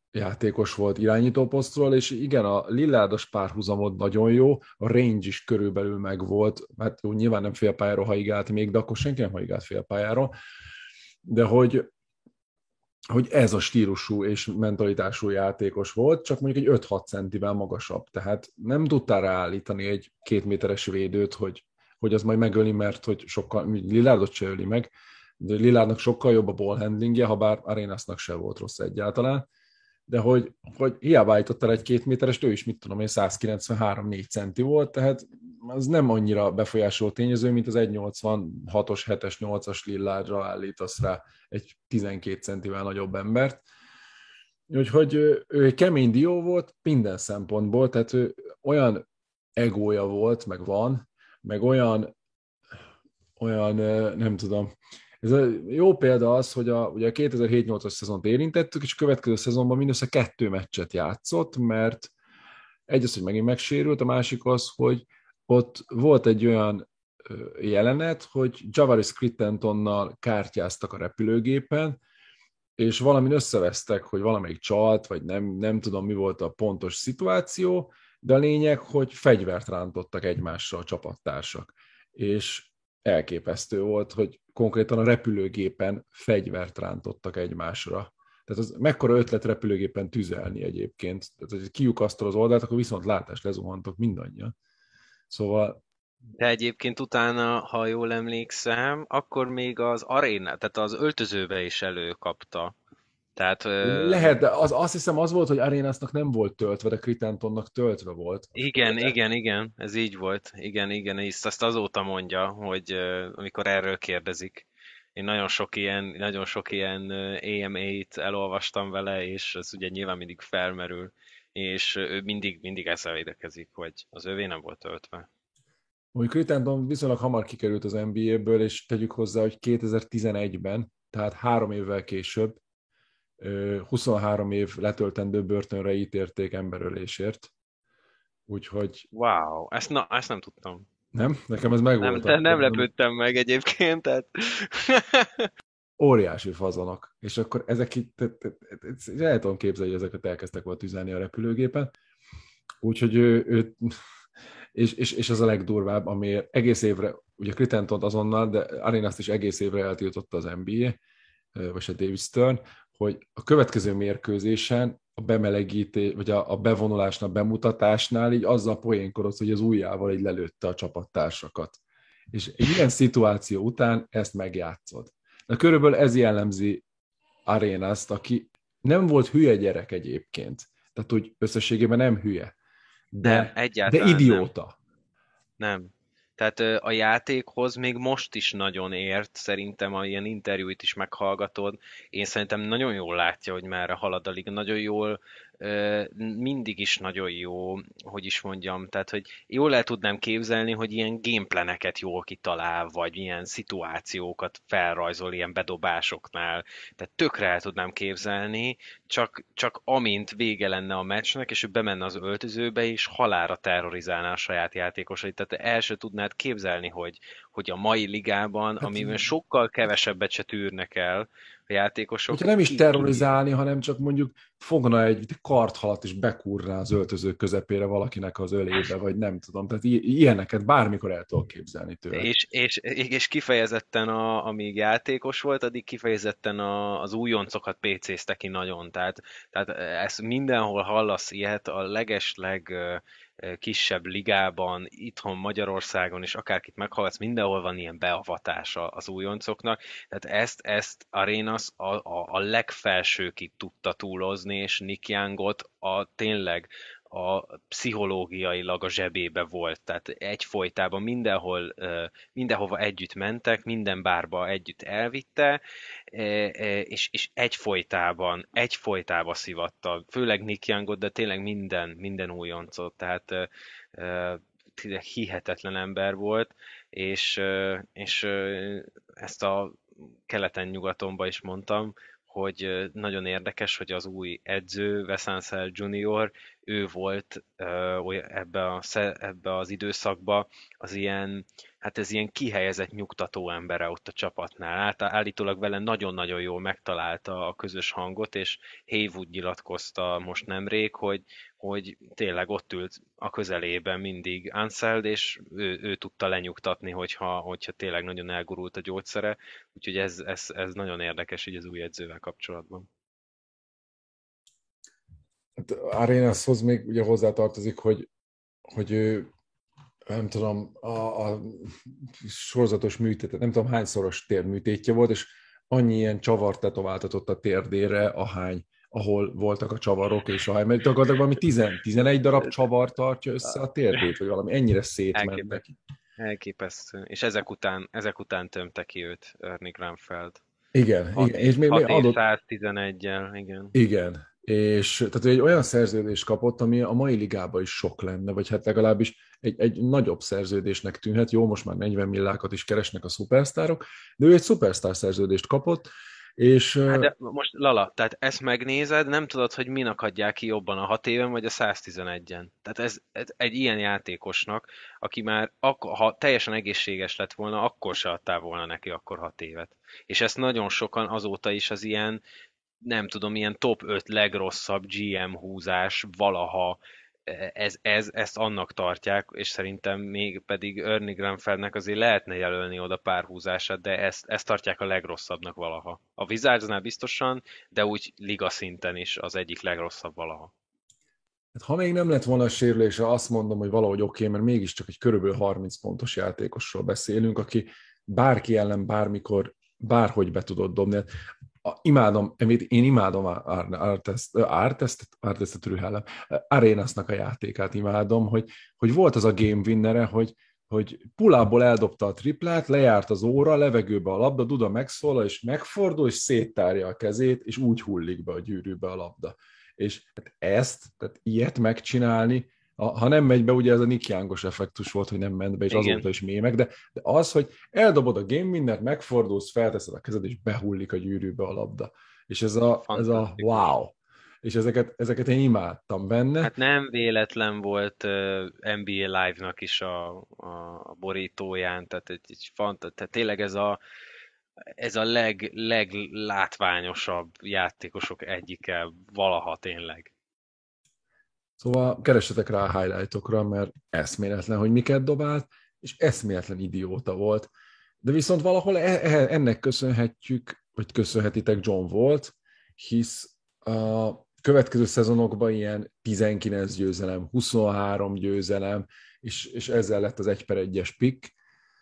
játékos volt irányítóposztról, és igen, a Lillardos párhuzamod nagyon jó, a range is körülbelül megvolt, hát jó, nyilván nem félpályáról haigált még, de akkor senki nem haigált félpályáról, de hogy ez a stílusú és mentalitású játékos volt, csak mondjuk egy 5-6 centivel magasabb. Tehát nem tudtál ráállítani egy 2 méteres védőt, hogy az majd megöli, mert hogy sokkal, Lillardot se öli meg, de Lillardnak sokkal jobb a ball handlingje, ha bár Arenasnak se volt rossz egyáltalán, de hogy hiába állítottál egy 2 méteres, ő is, mit tudom én, 193-4 centi volt, tehát az nem annyira befolyásoló tényező, mint az 1,86-os, 7-es, 8-as Lillardra állítasz rá egy 12 centivel nagyobb embert. Úgyhogy ő egy kemény dió volt minden szempontból, tehát ő olyan egója volt, meg van, meg olyan nem tudom, ez a jó példa az, hogy ugye a 2007-8-as szezont érintettük, és a következő szezonban mindössze 2 meccset játszott, mert egy az, hogy megint megsérült, a másik az, hogy ott volt egy olyan jelenet, hogy Javaris Crittentonnal kártyáztak a repülőgépen, és valamin összevesztek, hogy valamelyik csalt, vagy nem tudom, mi volt a pontos szituáció, de a lényeg, hogy fegyvert rántottak egymásra a csapattársak. És elképesztő volt, hogy konkrétan a repülőgépen fegyvert rántottak egymásra. Tehát az mekkora ötlet repülőgépen tüzelni egyébként. Tehát, hogy kiukasztol az oldalt, akkor viszont látás lezuhantok mindannyian. Szóval De egyébként utána, ha jól emlékszem, akkor még az aréna, tehát az öltözőbe is előkapta. Tehát lehet, de azt hiszem az volt, hogy Arenasnak nem volt töltve, de Crittentonnak töltve volt. igen, ez így volt. Igen, és azt azóta mondja, hogy amikor erről kérdezik. Én nagyon sok ilyen AMA-t elolvastam vele, és ez ugye nyilván mindig felmerül, és ő mindig ezzel védekezik, hogy az övé nem volt töltve. Mondjuk Crittenton viszonylag hamar kikerült az NBA-ből, és tegyük hozzá, hogy 2011-ben, tehát 3 évvel később, 23 év letöltendő börtönre ítélték emberölésért. Úgyhogy Wow, ezt nem tudtam. nem, nekem ez megvolt Nem akkor. lepődtem meg egyébként, tehát... Óriási fazonok. És akkor ezek itt, el tudom képzelni, hogy ezeket elkezdtek volna tüzelni a repülőgépen. Úgyhogy ő és az a legdurvább, ami egész évre, ugye Crittentont azonnal, de Arenast is egész évre eltiltotta az NBA, vagy a David Stern, hogy a következő mérkőzésen a bemelegítés, vagy a bevonulásnál, bemutatásnál így azzal poénkodott, hogy az ujjával így lelőtte a csapattársakat. És egy ilyen szituáció után ezt megjátszod. Na körülbelül ez jellemzi Arenast, aki nem volt hülye gyerek egyébként. Tehát úgy összességében nem hülye. Nem, De egyáltalán nem. idióta. Nem. Tehát a játékhoz még most is nagyon ért, szerintem a ilyen interjúit is meghallgatod. Én szerintem nagyon jól látja, hogy merre halad a liga, nagyon jól, mindig is nagyon jó, hogy is mondjam, tehát hogy jól el tudnám képzelni, hogy ilyen gameplaneket jól kitalál, vagy ilyen szituációkat felrajzol ilyen bedobásoknál, tehát tökre el tudnám képzelni, csak amint vége lenne a meccsnek, és ő bemenne az öltözőbe, és halálra terrorizálná a saját játékosait. Tehát el se tudnád képzelni, hogy a mai ligában, Hát amiben sokkal kevesebbet se tűrnek el a játékosok, hogyha nem is terrorizálni, hanem csak mondjuk fogna egy karthalat és bekurrá az öltöző közepére valakinek az ölébe, vagy nem tudom. Tehát ilyeneket bármikor el tudok képzelni tőle. És kifejezetten, amíg játékos volt, addig kifejezetten az újoncokat PC-zte ki nagyon. Tehát ezt mindenhol hallasz ilyet, a legesleg kisebb ligában, itthon Magyarországon is, akárkit meghallgatsz, mindenhol van ilyen beavatása az újoncoknak. Tehát ezt Arenas a legfelsőkig tudta túlozni, és Nick Youngot tényleg pszichológiailag a zsebébe volt. Tehát egyfolytában mindenhova együtt mentek, minden bárba együtt elvitte, és egyfolytában szivatta, főleg Nick Youngot, de tényleg minden újoncot, tehát hihetetlen ember volt, és ezt a keleten-nyugatonban is mondtam, hogy nagyon érdekes, hogy az új edző, Wes Unseld Jr., ő volt ebbe az időszakba az ilyen, hát ez ilyen kihelyezett nyugtató embere ott a csapatnál. Állítólag vele nagyon-nagyon jól megtalálta a közös hangot, és Haywood nyilatkozta most nemrég, hogy tényleg ott ült a közelében mindig Anseld, és ő tudta lenyugtatni, hogyha tényleg nagyon elgurult a gyógyszere. Úgyhogy ez nagyon érdekes így az új edzővel kapcsolatban. Hát Arenashoz még ugye hozzátartozik, hogy ő, nem tudom, a sorozatos műtétet, nem tudom hányszoros térműtétje volt, és annyi ilyen csavart tetováltatott a térdére, ahol voltak a csavarok, és mert gyakorlatilag valami 11 darab csavar tartja össze a térdét, vagy valami ennyire szétment neki. Elképesztő. És ezek után tömte ki őt Ernie Grunfeld. Igen, és még adott... 111-jel, igen. Igen, és tehát egy olyan szerződést kapott, ami a mai ligában is sok lenne, vagy hát legalábbis egy nagyobb szerződésnek tűnhet. Jó, most már 40 milliákat is keresnek a szupersztárok, de ő egy szupersztár szerződést kapott, és... Hát de most Lala, tehát ezt megnézed, nem tudod, hogy minak adják ki jobban a 6 éven, vagy a 111-en. Tehát ez egy ilyen játékosnak, aki már ha teljesen egészséges lett volna, akkor se adtál volna neki akkor 6 évet. És ezt nagyon sokan azóta is az ilyen, nem tudom, ilyen top 5 legrosszabb GM húzás valaha, ezt annak tartják, és szerintem még pedig Ernie Grunfeldnek azért lehetne jelölni oda pár húzását, de ezt tartják a legrosszabbnak valaha. A Wizardsnál biztosan, de úgy liga szinten is az egyik legrosszabb valaha. Hát, ha még nem lett volna a sérülése, azt mondom, hogy valahogy oké, mert mégiscsak egy körülbelül 30 pontos játékosról beszélünk, aki bárki ellen bármikor, bárhogy be tudod dobni. Én imádom Artestet Rühellem, Arenasnak a játékát imádom, hogy volt az a game winnere, hogy pullából eldobta a triplát, lejárt az óra, levegőbe a labda, Duda megszólal, és megfordul, és széttárja a kezét, és úgy hullik be a gyűrűbe a labda. És tehát ilyet megcsinálni, ha nem megy be, ugye ez a Nick Youngos effektus volt, hogy nem ment be, és igen, azóta is mémek, de az, hogy eldobod a game winnert, megfordulsz, felteszed a kezed, és behullik a gyűrűbe a labda. És ez a wow. És ezeket én imádtam benne. Hát nem véletlen volt NBA Live-nak is a borítóján, tehát tehát tényleg ez a leglátványosabb játékosok egyike valaha tényleg. Szóval keressetek rá a highlightokra, mert eszméletlen, hogy miket dobált, és eszméletlen idióta volt. De viszont valahol ennek köszönhetjük, vagy köszönhetitek John Wall-t, hisz a következő szezonokban ilyen 19 győzelem, 23 győzelem, és ezzel lett az 1/1-es pick,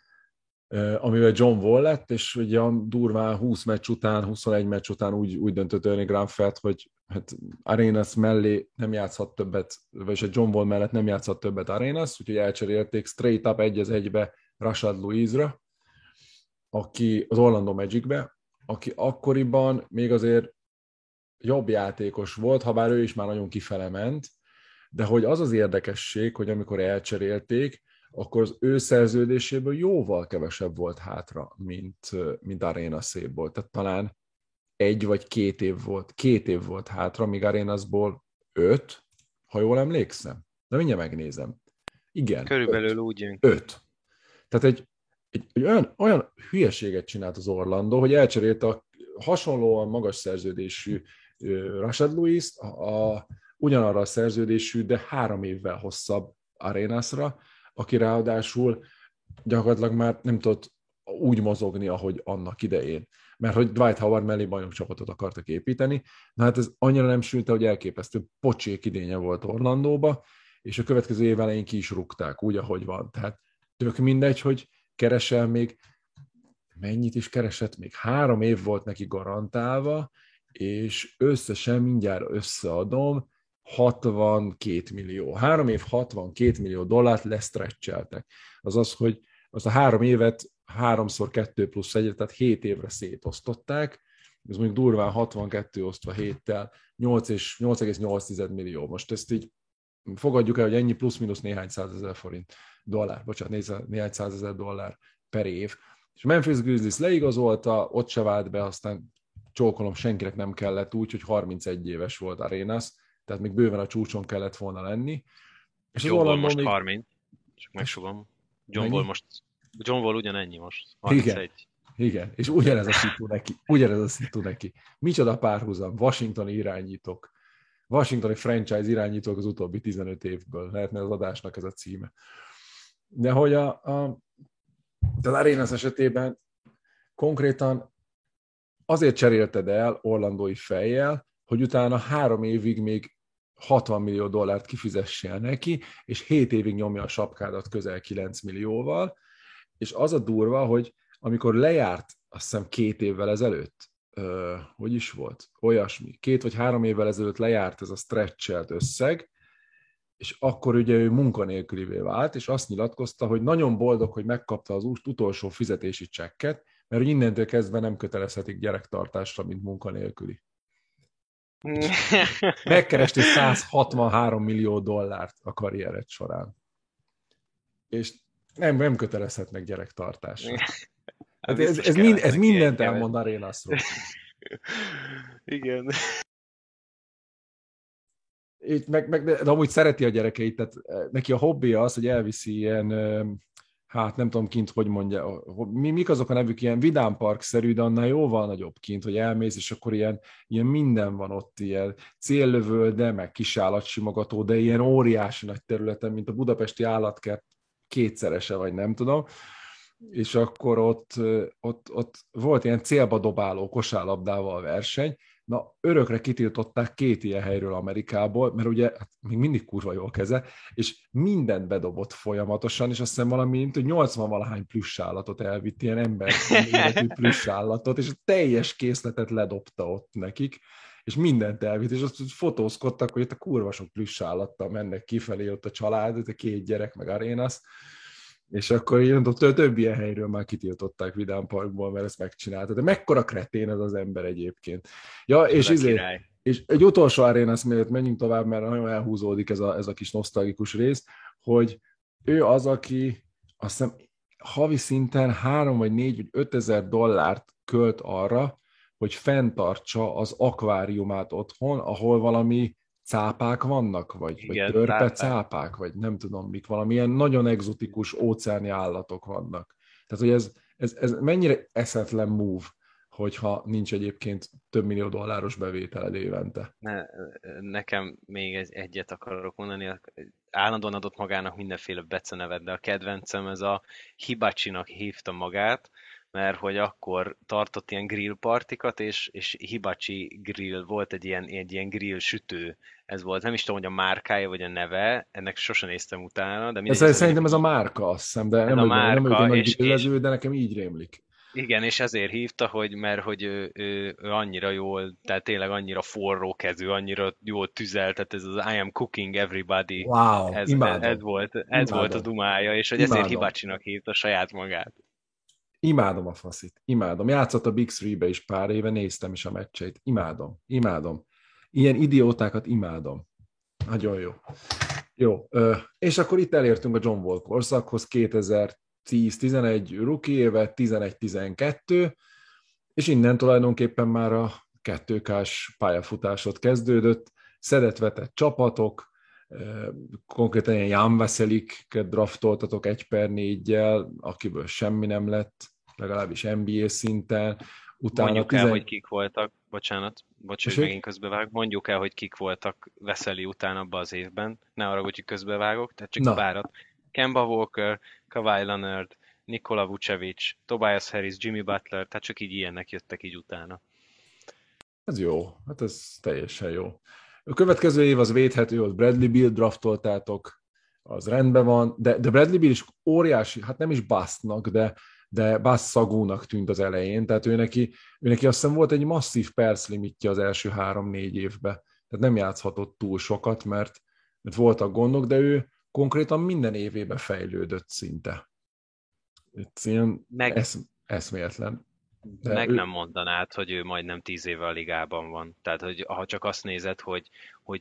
amivel John Wall lett, és ugye durván 20 meccs után, 21 meccs után úgy döntött Ernie Grunfeld, hogy hát Arenas mellé nem játszhat többet, vagyis a John Wall mellett nem játszhat többet Arenas, úgyhogy elcserélték straight up 1-1-be Rashad Louise-ra, aki az Orlando Magicbe, aki akkoriban még azért jobb játékos volt, ha bár ő is már nagyon kifele ment, de hogy az az érdekesség, hogy amikor elcserélték, akkor az ő szerződéséből jóval kevesebb volt hátra, mint Arenaséből. Tehát talán 1 vagy 2 év volt. 2 év volt hátra, míg Arenasból 5, ha jól emlékszem. De mindjárt megnézem. Igen. Körülbelül úgy jön. 5. Tehát egy olyan hülyeséget csinált az Orlando, hogy elcserélte a hasonlóan magas szerződésű Rashad Lewis-t ugyanarra a szerződésű, de 3 évvel hosszabb Arenasra, aki ráadásul gyakorlatilag már nem tudott úgy mozogni, ahogy annak idején. Mert hogy Dwight Howard mellé bajnokcsapatot akartak építeni. Na hát ez annyira nem sült, hogy elképesztő pocsék idénye volt Orlandóba, és a következő év elején ki is rúgták, úgy, ahogy van. Tehát tök mindegy, hogy keresel még, mennyit is keresett, még 3 év volt neki garantálva, és összesen mindjárt összeadom, 62 millió. 3 év 62 millió dollárt lesztrecseltek. Azaz, hogy az a 3 évet 3x2+1, tehát 7 évre szétosztották, ez mondjuk durván 62 osztva 7-tel 8,8 millió. Most ezt így fogadjuk el, hogy ennyi plusz-minusz néhány százezer forint dollár, bocsánat, néhány százezer dollár per év. És a Memphis Grizzlies leigazolta, ott se vált be, aztán csókolom, senkinek nem kellett úgy, hogy 31 éves volt Arenas, tehát még bőven a csúcson kellett volna lenni. És az John Wall Orlandó most még... 30, csak megsugom. Mennyi? John Wall ugyanennyi most, Igen, 31. igen, és ugyanez a szitu neki. Micsoda párhuzam, washingtoni irányítók. Washingtoni franchise irányítók az utóbbi 15 évből. Lehetne az adásnak ez a címe. De hogy az Arenas esetében konkrétan azért cserélted el orlandói fejjel, hogy utána 3 évig még $60 millió kifizessél neki, és 7 évig nyomja a sapkádat közel 9 millióval, és az a durva, hogy amikor lejárt, azt hiszem 2 évvel ezelőtt, hogy is volt? Olyasmi. 2 vagy 3 évvel ezelőtt lejárt ez a stretchelt összeg, és akkor ugye ő munkanélkülivé vált, és azt nyilatkozta, hogy nagyon boldog, hogy megkapta az utolsó fizetési csekket, mert hogy innentől kezdve nem kötelezhetik gyerektartásra, mint munkanélküli. Megkeresti $163 millió a karriered során. És nem kötelezhetnek gyerektartásra. Hát ez mindent elmond Arenasról. Igen. De amúgy szereti a gyerekeit, tehát neki a hobbija az, hogy elviszi ilyen, hát nem tudom kint, hogy mondja, mik azok a nevük, ilyen vidámpark-szerű, de annál jóval nagyobb kint, hogy elmész, és akkor ilyen minden van ott, ilyen céllövölde, meg kisállatsimogató, de ilyen óriási nagy területen, mint a budapesti állatkert kétszerese, vagy nem tudom. És akkor ott volt ilyen célba dobáló kosárlabdával verseny. Na, örökre kitiltották 2 ilyen helyről Amerikából, mert ugye hát még mindig kurva jól keze, és mindent bedobott folyamatosan, és azt hiszem valami, mint hogy 80-valahány plüssállatot elvitt, ilyen emberméretű plüssállatot, és a teljes készletet ledobta ott nekik, és mindent elvitt, és azt fotózkodtak, hogy itt a kurva sok plüssállattal mennek kifelé ott a család, a 2 gyerek, meg Arenas, és akkor több ilyen helyről már kitiltották Vidám Parkból, mert ezt megcsinálta. De mekkora kretén ez az ember egyébként. Ja, és egy utolsó Arenas mellett menjünk tovább, mert nagyon elhúzódik ez a kis nosztalgikus rész, hogy ő az, aki azt hiszem havi szinten 3 vagy 4 vagy 5 ezer dollárt költ arra, hogy fenntartsa az akváriumát otthon, ahol valami cápák vannak, vagy törpe cápák, vagy nem tudom mik, valamilyen nagyon egzotikus óceáni állatok vannak. Tehát, hogy ez mennyire eszetlen move, hogyha nincs egyébként több millió dolláros bevételed évente. Nekem még egyet akarok mondani, állandóan adott magának mindenféle becenevet, de a kedvencem ez a Hibachi-nak hívta magát, mert hogy akkor tartott ilyen grill partikat, és Hibachi grill volt egy ilyen grill sütő. Ez volt, nem is tudom, hogy a márkája vagy a neve, ennek sosem néztem utána. De szerintem ez a márka, azt hiszem, de nem vagyok egy nagy grillező, de nekem így rémlik. Igen, és ezért hívta, mert hogy ő annyira jól, tehát tényleg annyira forró kezű, annyira jól tüzelt, tehát ez az I am cooking everybody, wow, ez volt a dumája, és hogy ezért Hibachi-nak hívta saját magát. Imádom a faszit, imádom. Játszott a Big Three-be is pár éve, néztem is a meccseit. Imádom. Ilyen idiótákat imádom. Nagyon jó. Jó, és akkor itt elértünk a John Wall korszakhoz, 2010-11 rookie éve, 11-12, és innen tulajdonképpen már a 2K-s pályafutásod kezdődött, szedett-vetett csapatok, konkrétan ilyen Jan Veseliket draftoltatok 1/4-jel, akiből semmi nem lett, legalábbis NBA szinten. Utána mondjuk el, hogy kik voltak, hogy megint közbevágok, mondjuk el, hogy kik voltak Veseli után abban az évben, ne arra, hogy közbevágok, tehát csak párat. Kemba Walker, Kawhi Leonard, Nikola Vucevic, Tobias Harris, Jimmy Butler, tehát csak így ilyenek jöttek így utána. Ez jó, hát ez teljesen jó. A következő év az védhető, ott Bradley Beal draftoltátok, az rendben van, de Bradley Beal is óriási, hát nem is bustnak, de bust szagúnak tűnt az elején, tehát ő neki azt hiszem volt egy masszív perc limitje az első 3-4 évben, tehát nem játszhatott túl sokat, mert voltak gondok, de ő konkrétan minden évében fejlődött szinte. Ez ilyen eszméletlen. Nem mondanád, hogy ő majdnem 10 éve a ligában van. Tehát, hogy ha csak azt nézed, hogy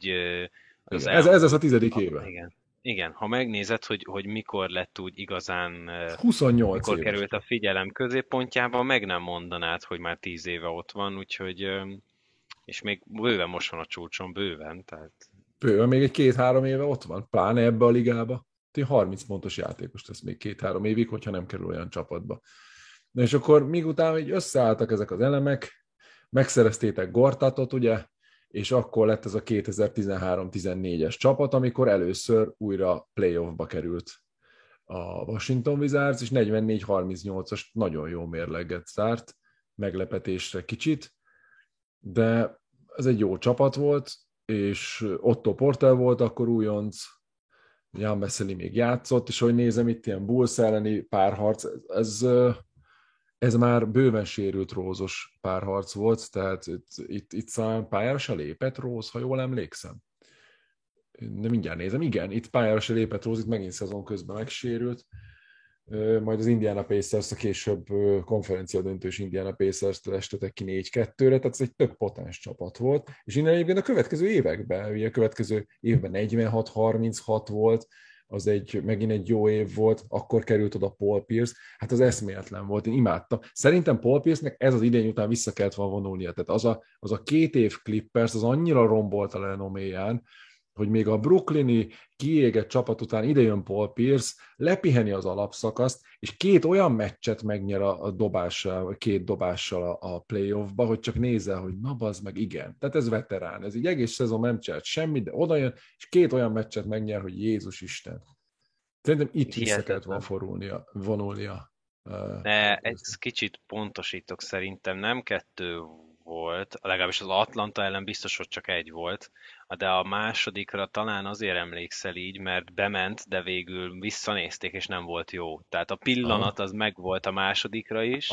az ez az a 10. éve. Igen, ha megnézed, hogy mikor lett úgy igazán, 28 mikor éves. került a figyelem középpontjába, meg nem mondanád, hogy már 10 éve ott van, úgyhogy, és még bőven most van a csúcson, bőven, tehát Bőven még egy 2-3 éve ott van, pláne ebbe a ligába. 30 pontos játékos lesz még 2-3 évig, hogyha nem kerül olyan csapatba. Na és akkor míg utána így összeálltak ezek az elemek, megszereztétek Gortatot, ugye, és akkor lett ez a 2013-14-es csapat, amikor először újra playoffba került a Washington Wizards, és 44-38-as nagyon jó mérleget zárt, meglepetésre kicsit, de ez egy jó csapat volt, és Otto Porter volt akkor újonc, Jan Vesely még játszott, és ahogy nézem itt ilyen Bulls elleni párharc, ez már bőven sérült Rózos párharc volt, tehát itt talán pályára se lépett Róz, ha jól emlékszem. De mindjárt nézem, igen, itt pályára se lépett Róz, itt megint szezon közben megsérült, majd az Indiana Pacers a később konferencia döntős Indiana Pacers-től estetek ki 4-2-re, tehát ez egy tök potens csapat volt, és innen egyébként a következő években, ugye a következő évben 46-36 volt, az megint egy jó év volt, akkor került oda Paul Pierce, hát az eszméletlen volt, én imádtam. Szerintem Paul Pierce-nek ez az idény után vissza kellett volna vonulnia, tehát az a 2 év Clippers, az annyira rombolt a renoméján, hogy még a brooklyni kiégett csapat után idejön Paul Pierce, lepiheni az alapszakaszt, és 2 olyan meccset megnyer a dobással, vagy 2 dobással a playoffba, hogy csak nézzel, hogy na bazd meg, igen. Tehát ez veterán, ez így egész szezon nem csinált semmit, de odajön, és 2 olyan meccset megnyer, hogy Jézus Isten. Szerintem itt vissza kellett volna vonulnia. De egy kicsit pontosítok, szerintem nem 2 volt, legalábbis az Atlanta ellen biztos, hogy csak 1 volt, de a másodikra talán azért emlékszel így, mert bement, de végül visszanézték, és nem volt jó. Tehát a pillanat az megvolt a másodikra is,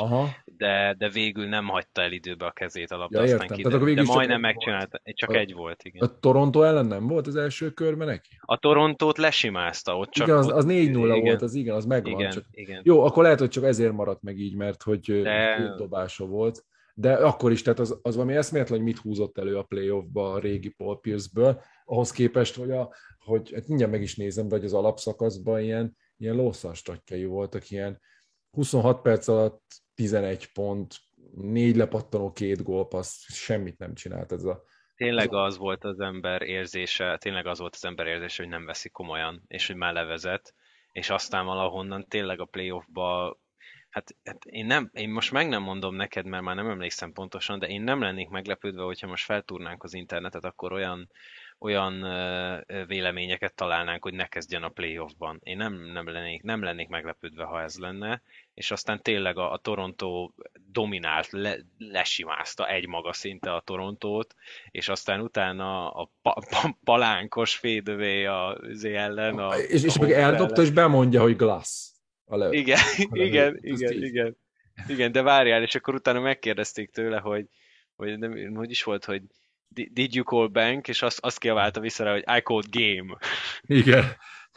de végül nem hagyta el időbe a kezét a labda, aztán de majdnem megcsinálta, csak 1 volt, igen. A Toronto ellen nem volt az első körben neki? A Torontót lesimázta, ott csak... Igen, az 4-0 volt, az igen, az megvan. Igen, csak... igen. Jó, akkor lehet, hogy csak ezért maradt meg így, mert hogy dobása volt. De akkor is, tehát az valami eszméletlen, hogy mit húzott elő a playoffba a régi Paul Pierce-ből, ahhoz képest, hogy hát mindjárt meg is nézem, de hogy az alapszakaszban ilyen lószarstatjai voltak, ilyen 26 perc alatt 11 pont, 4 lepattanó, 2 gólpassz, semmit nem csinált ez a... Tényleg az volt az ember érzése, hogy nem veszik komolyan, és hogy már levezet, és aztán valahonnan tényleg a playoffba. Hát én most meg nem mondom neked, mert már nem emlékszem pontosan, de én nem lennék meglepődve, hogyha most feltúrnánk az internetet, akkor olyan véleményeket találnánk, hogy ne kezdjen a playoffban. Én nem lennék meglepődve, ha ez lenne, és aztán tényleg a Toronto dominált, lesimázta egymaga szinte a Torontót, és aztán utána a palánkos fade az ellen. És meg eldobta, és bemondja, hogy glass. Igen, de várjál, és akkor utána megkérdezték tőle, hogy hogy is volt, hogy did you call bank, és azt kiabálta vissza rá, hogy I called game. Igen.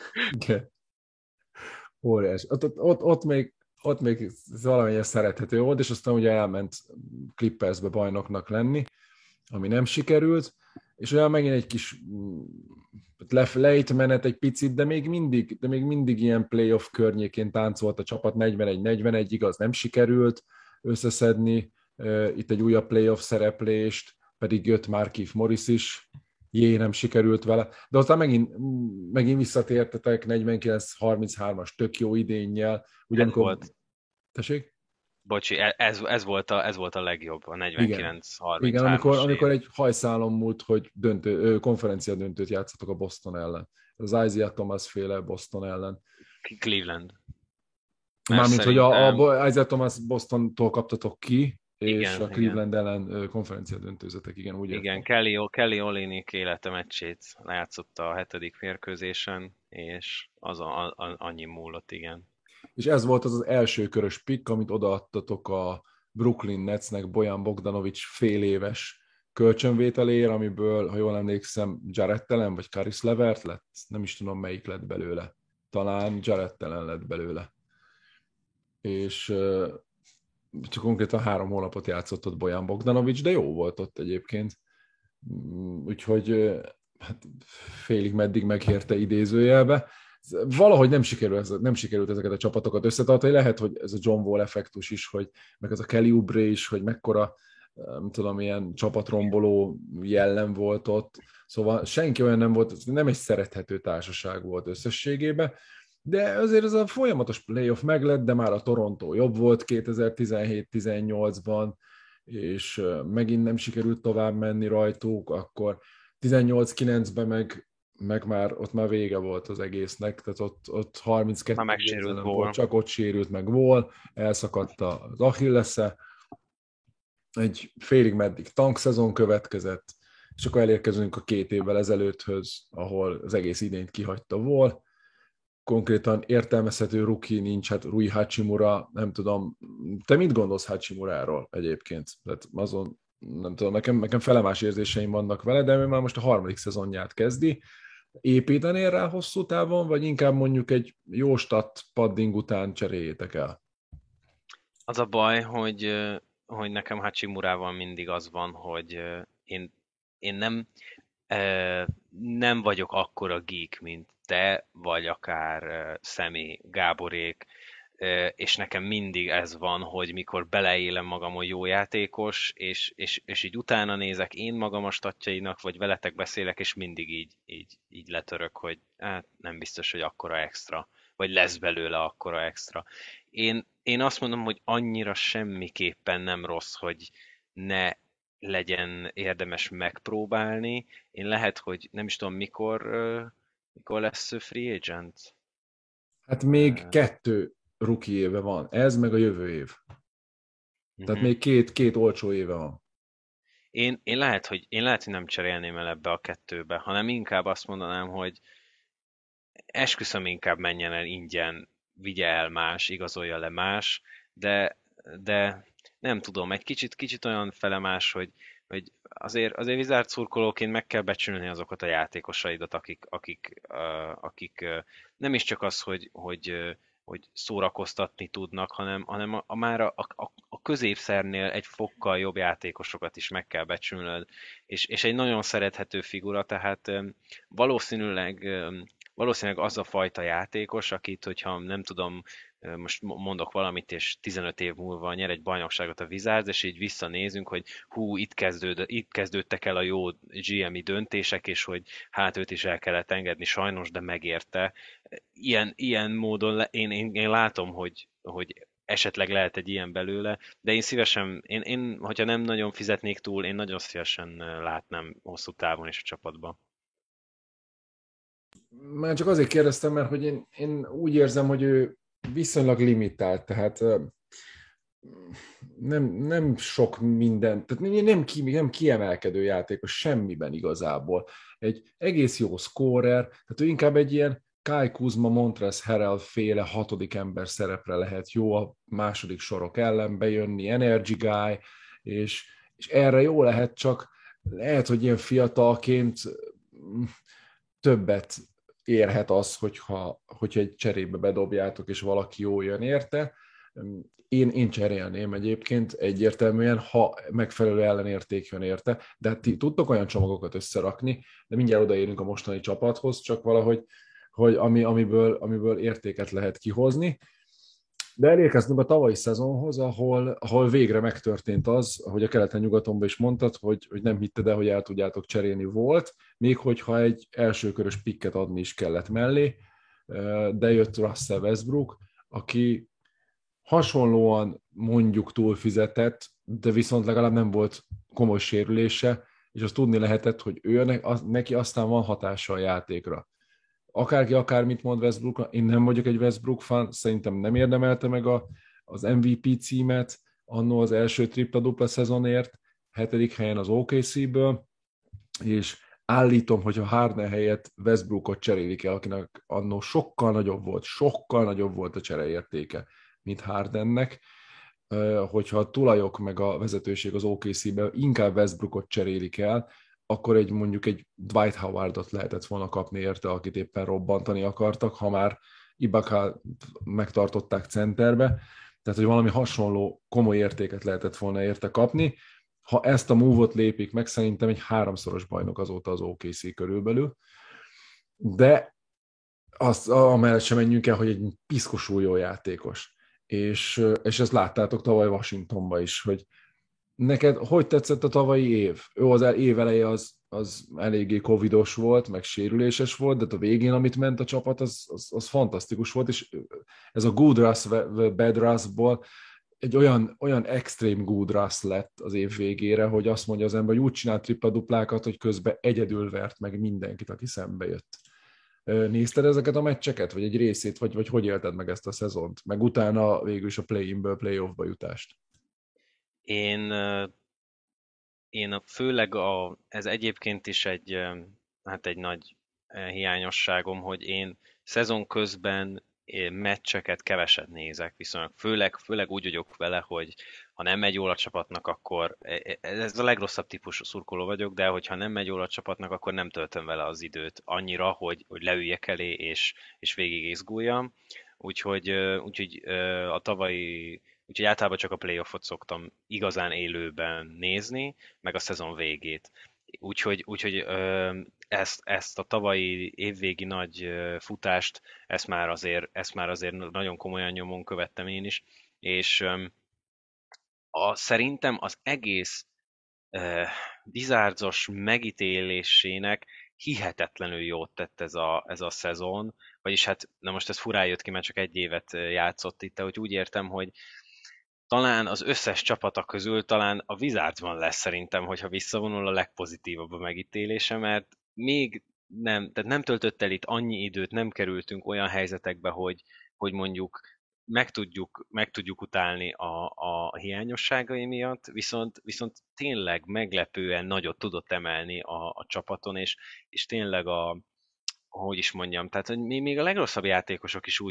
Óriás. Ott még valamilyen szerethető volt, és aztán ugye elment Clippersbe bajnoknak lenni, ami nem sikerült, és olyan megint egy kis lejtmenet egy picit, de még mindig ilyen playoff környékén táncolt a csapat, 41-41, igaz, nem sikerült összeszedni itt egy újabb playoff szereplést, pedig jött Markieff Morris is, nem sikerült vele, de aztán megint visszatértetek 49-33-as tök jó idénnyel. Ugyanakkor... volt. Tessék? Bocsi, ez volt a legjobb, a 49-33. Igen, amikor egy hajszálon múlt, hogy konferencia döntőt játszatok a Boston ellen. Az Isaiah Thomas féle Boston ellen. Cleveland. Mármint, hogy a Isaiah Thomas Bostontól kaptatok ki, és igen, a Cleveland ellen konferencia döntőzetek, igen, úgy igen, Kelly Olynyk élete meccsét lejátszotta a 7. mérkőzésen, és az annyi múlott, igen. És ez volt az első körös pick, amit odaadtatok a Brooklyn Netsnek Bojan Bogdanovic féléves kölcsönvételéért, amiből, ha jól emlékszem, Jarrett Allen vagy Caris LeVert lett, nem is tudom, melyik lett belőle. Talán Jarrett Allen lett belőle. És csak konkrétan 3 hónapot játszott ott Bojan Bogdanovic, de jó volt ott egyébként. Úgyhogy hát félig meddig megérte idézőjelbe. Valahogy nem sikerült ezeket a csapatokat összetartani. Lehet, hogy ez a John Wall effektus is, meg ez a Kelly Oubre is, hogy mekkora nem tudom, ilyen csapatromboló jellem volt ott, szóval senki olyan nem volt, nem egy szerethető társaság volt összességében, de azért ez a folyamatos playoff meglett, de már a Toronto jobb volt 2017-18-ban, és megint nem sikerült tovább menni rajtuk, akkor 18-9-ben meg már vége volt az egésznek, tehát ott 32 megsérült volt, csak ott sérült meg Wall, elszakadt az Achillesze, egy félig meddig tankszezon következett, és akkor elérkezünk a 2 évvel ezelőtthöz, ahol az egész idényt kihagyta Wall. Konkrétan értelmezhető rookie nincs, hát Rui Hachimura, nem tudom, te mit gondolsz Hachimuráról egyébként? Tehát azon, nem tudom, nekem felemás érzéseim vannak vele, de ő már most a 3. szezonját kezdi. Építenél rá hosszú távon, vagy inkább mondjuk egy jó stat padding után cseréljétek el? Az a baj, hogy nekem Hachimurával mindig az van, hogy én nem vagyok akkora geek, mint te, vagy akár Szemi, Gáborék, és nekem mindig ez van, hogy mikor beleélem magam, hogy jó játékos, és így utána nézek én magam a statjainak, vagy veletek beszélek, és mindig így letörök, hogy hát nem biztos, hogy akkora extra, vagy lesz belőle akkora extra. Én azt mondom, hogy annyira semmiképpen nem rossz, hogy ne legyen érdemes megpróbálni. Én lehet, hogy nem is tudom, mikor lesz free agent. Hát még 2 rookie éve van, ez meg a jövő év. Tehát még két olcsó éve van. Én lehet, hogy nem cserélném el ebbe a 2-be, hanem inkább azt mondanám, hogy esküszöm, inkább menjen el ingyen, vigye el más, igazolja le más, de nem tudom, egy kicsit olyan felemás, hogy azért Wizards szurkolóként meg kell becsülni azokat a játékosaidat, akik nem is csak az, hogy szórakoztatni tudnak, hanem már a középszernél egy fokkal jobb játékosokat is meg kell becsülnöd, és egy nagyon szerethető figura, tehát valószínűleg az a fajta játékos, akit, hogyha nem tudom, most mondok valamit, és 15 év múlva nyer egy bajnokságot a Wizards, és így visszanézünk, hogy itt kezdődtek el a jó GM-i döntések, és hogy hát őt is el kellett engedni sajnos, de megérte. Ilyen módon én látom, hogy esetleg lehet egy ilyen belőle, de én szívesen, hogyha nem nagyon fizetnék túl, én nagyon szívesen látnám hosszú távon is a csapatban. Már csak azért kérdeztem, mert hogy én úgy érzem, hogy ő viszonylag limitált, tehát nem sok minden, tehát nem kiemelkedő játékos semmiben igazából. Egy egész jó scorer, tehát ő inkább egy ilyen Kyle Kuzma, Montrezl Harrell féle 6. ember szerepre lehet jó a második sorok ellen bejönni, energy guy, és erre jó lehet, csak lehet, hogy ilyen fiatalként többet érhet az, hogyha egy cserébe bedobjátok, és valaki jó jön érte. Én cserélném egyébként egyértelműen, ha megfelelő ellenérték jön érte, de hát ti tudtok olyan csomagokat összerakni, de mindjárt odaérünk a mostani csapathoz, csak valahogy, hogy amiből értéket lehet kihozni. De elérkeztünk a tavalyi szezonhoz, ahol végre megtörtént az, ahogy a keleten-nyugatonban is mondtad, hogy nem hitted el, hogy el tudjátok cserélni volt, még hogyha egy elsőkörös pikket adni is kellett mellé, de jött Russell Westbrook, aki hasonlóan mondjuk túlfizetett, de viszont legalább nem volt komoly sérülése, és azt tudni lehetett, hogy neki aztán van hatása a játékra. Akárki akármit mond Westbrookra, én nem vagyok egy Westbrook fan, szerintem nem érdemelte meg az MVP címet, annó az első tripla-dupla szezonért, 7. helyen az OKC-ből, és állítom, hogy a Harden helyett Westbrookot cserélik el, akinek annó sokkal nagyobb volt a csereértéke, mint Hardennek, hogyha a tulajok meg a vezetőség az OKC-ben inkább Westbrookot cserélik el, akkor mondjuk egy Dwight Howardot lehetett volna kapni érte, akit éppen robbantani akartak, ha már Ibaka megtartották centerbe, tehát hogy valami hasonló komoly értéket lehetett volna érte kapni. Ha ezt a move-ot lépik meg, szerintem egy 3-szoros bajnok azóta az OKC körülbelül, de azt amellett sem menjünk el, hogy egy piszkosul jó játékos. És ezt láttátok tavaly Washingtonban is, hogy neked hogy tetszett a tavalyi év? Jó, az év eleje az eléggé covidos volt, meg sérüléses volt, de a végén, amit ment a csapat, az fantasztikus volt, és ez a good Russ, bad Russból egy olyan extrém good Russ lett az év végére, hogy azt mondja az ember, hogy úgy csinált tripla-duplákat, hogy közben egyedül vert meg mindenkit, aki szembe jött. Nézted ezeket a meccseket, vagy egy részét, vagy hogy élted meg ezt a szezont? Meg utána végül is a play-inből play-offba jutást? Én, főleg ez egyébként is egy nagy hiányosságom, hogy én szezon közben meccseket keveset nézek, viszont főleg úgy vagyok vele, hogy ha nem megy jól a csapatnak, akkor ez a legrosszabb típusú szurkoló vagyok, de hogyha nem megy jól a csapatnak, akkor nem töltöm vele az időt annyira, hogy leüljek elé és végig izguljam. Úgyhogy a tavalyi Úgyhogy általában csak a playoffot szoktam igazán élőben nézni, meg a szezon végét. Ezt a tavalyi évvégi nagy futást, ezt már azért nagyon komolyan nyomon követtem én is, és szerintem az egész Wizardsos megítélésének hihetetlenül jót tett ez a szezon, vagyis hát, na most ez furán jött ki, mert csak egy évet játszott itt, de hogy úgy értem, hogy talán az összes csapata közül talán a Wizardsban lesz szerintem, hogyha visszavonul a legpozitívabb a megítélése, mert még tehát nem töltött el itt annyi időt, nem kerültünk olyan helyzetekbe, hogy mondjuk meg tudjuk utálni a hiányosságai miatt, viszont tényleg meglepően nagyot tudott emelni a csapaton, és tényleg hogy is mondjam, tehát hogy még a legrosszabb játékosok is úgy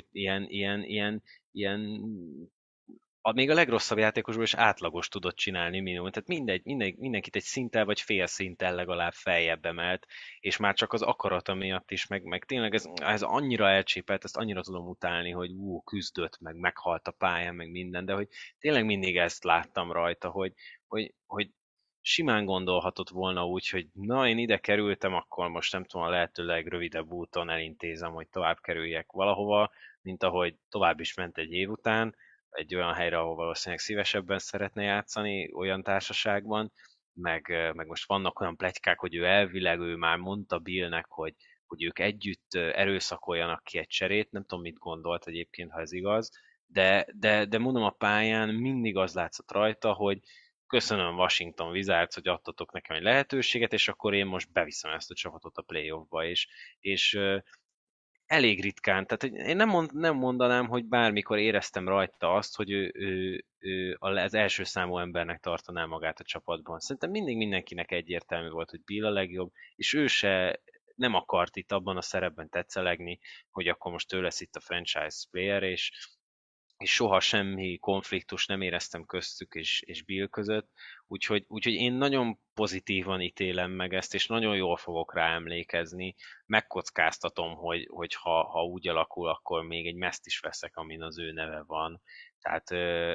ilyen még a legrosszabb játékosból is átlagos tudott csinálni minimum. Tehát mindenkit egy szinttel vagy fél szinttel legalább feljebb emelt, és már csak az akarata miatt is, meg tényleg ez annyira elcsépelt, ezt annyira tudom utálni, hogy küzdött, meg meghalt a pályán, meg minden, de hogy tényleg mindig ezt láttam rajta, hogy simán gondolhatott volna úgy, hogy na, én ide kerültem, akkor most nem tudom, a lehető legrövidebb úton elintézem, hogy tovább kerüljek valahova, mint ahogy tovább is ment egy év után, egy olyan helyre, ahol valószínűleg szívesebben szeretne játszani, olyan társaságban, meg most vannak olyan pletykák, hogy ő már mondta Billnek, hogy ők együtt erőszakoljanak ki egy cserét, nem tudom, mit gondolt egyébként, ha ez igaz, de mondom, a pályán mindig az látszott rajta, hogy köszönöm Washington Wizards, hogy adtatok nekem egy lehetőséget, és akkor én most beviszem ezt a csapatot a playoffba, és elég ritkán, tehát én nem mondanám, hogy bármikor éreztem rajta azt, hogy ő az első számú embernek tartaná magát a csapatban. Szerintem mindig mindenkinek egyértelmű volt, hogy Bill a legjobb, és ő se nem akart itt abban a szerepben tetszelegni, hogy akkor most ő lesz itt a franchise player, és soha semmi konfliktus nem éreztem köztük és Bill között, úgyhogy én nagyon pozitívan ítélem meg ezt, és nagyon jól fogok rá emlékezni. Megkockáztatom, hogy ha úgy alakul, akkor még egy mezt is veszek, amin az ő neve van. Tehát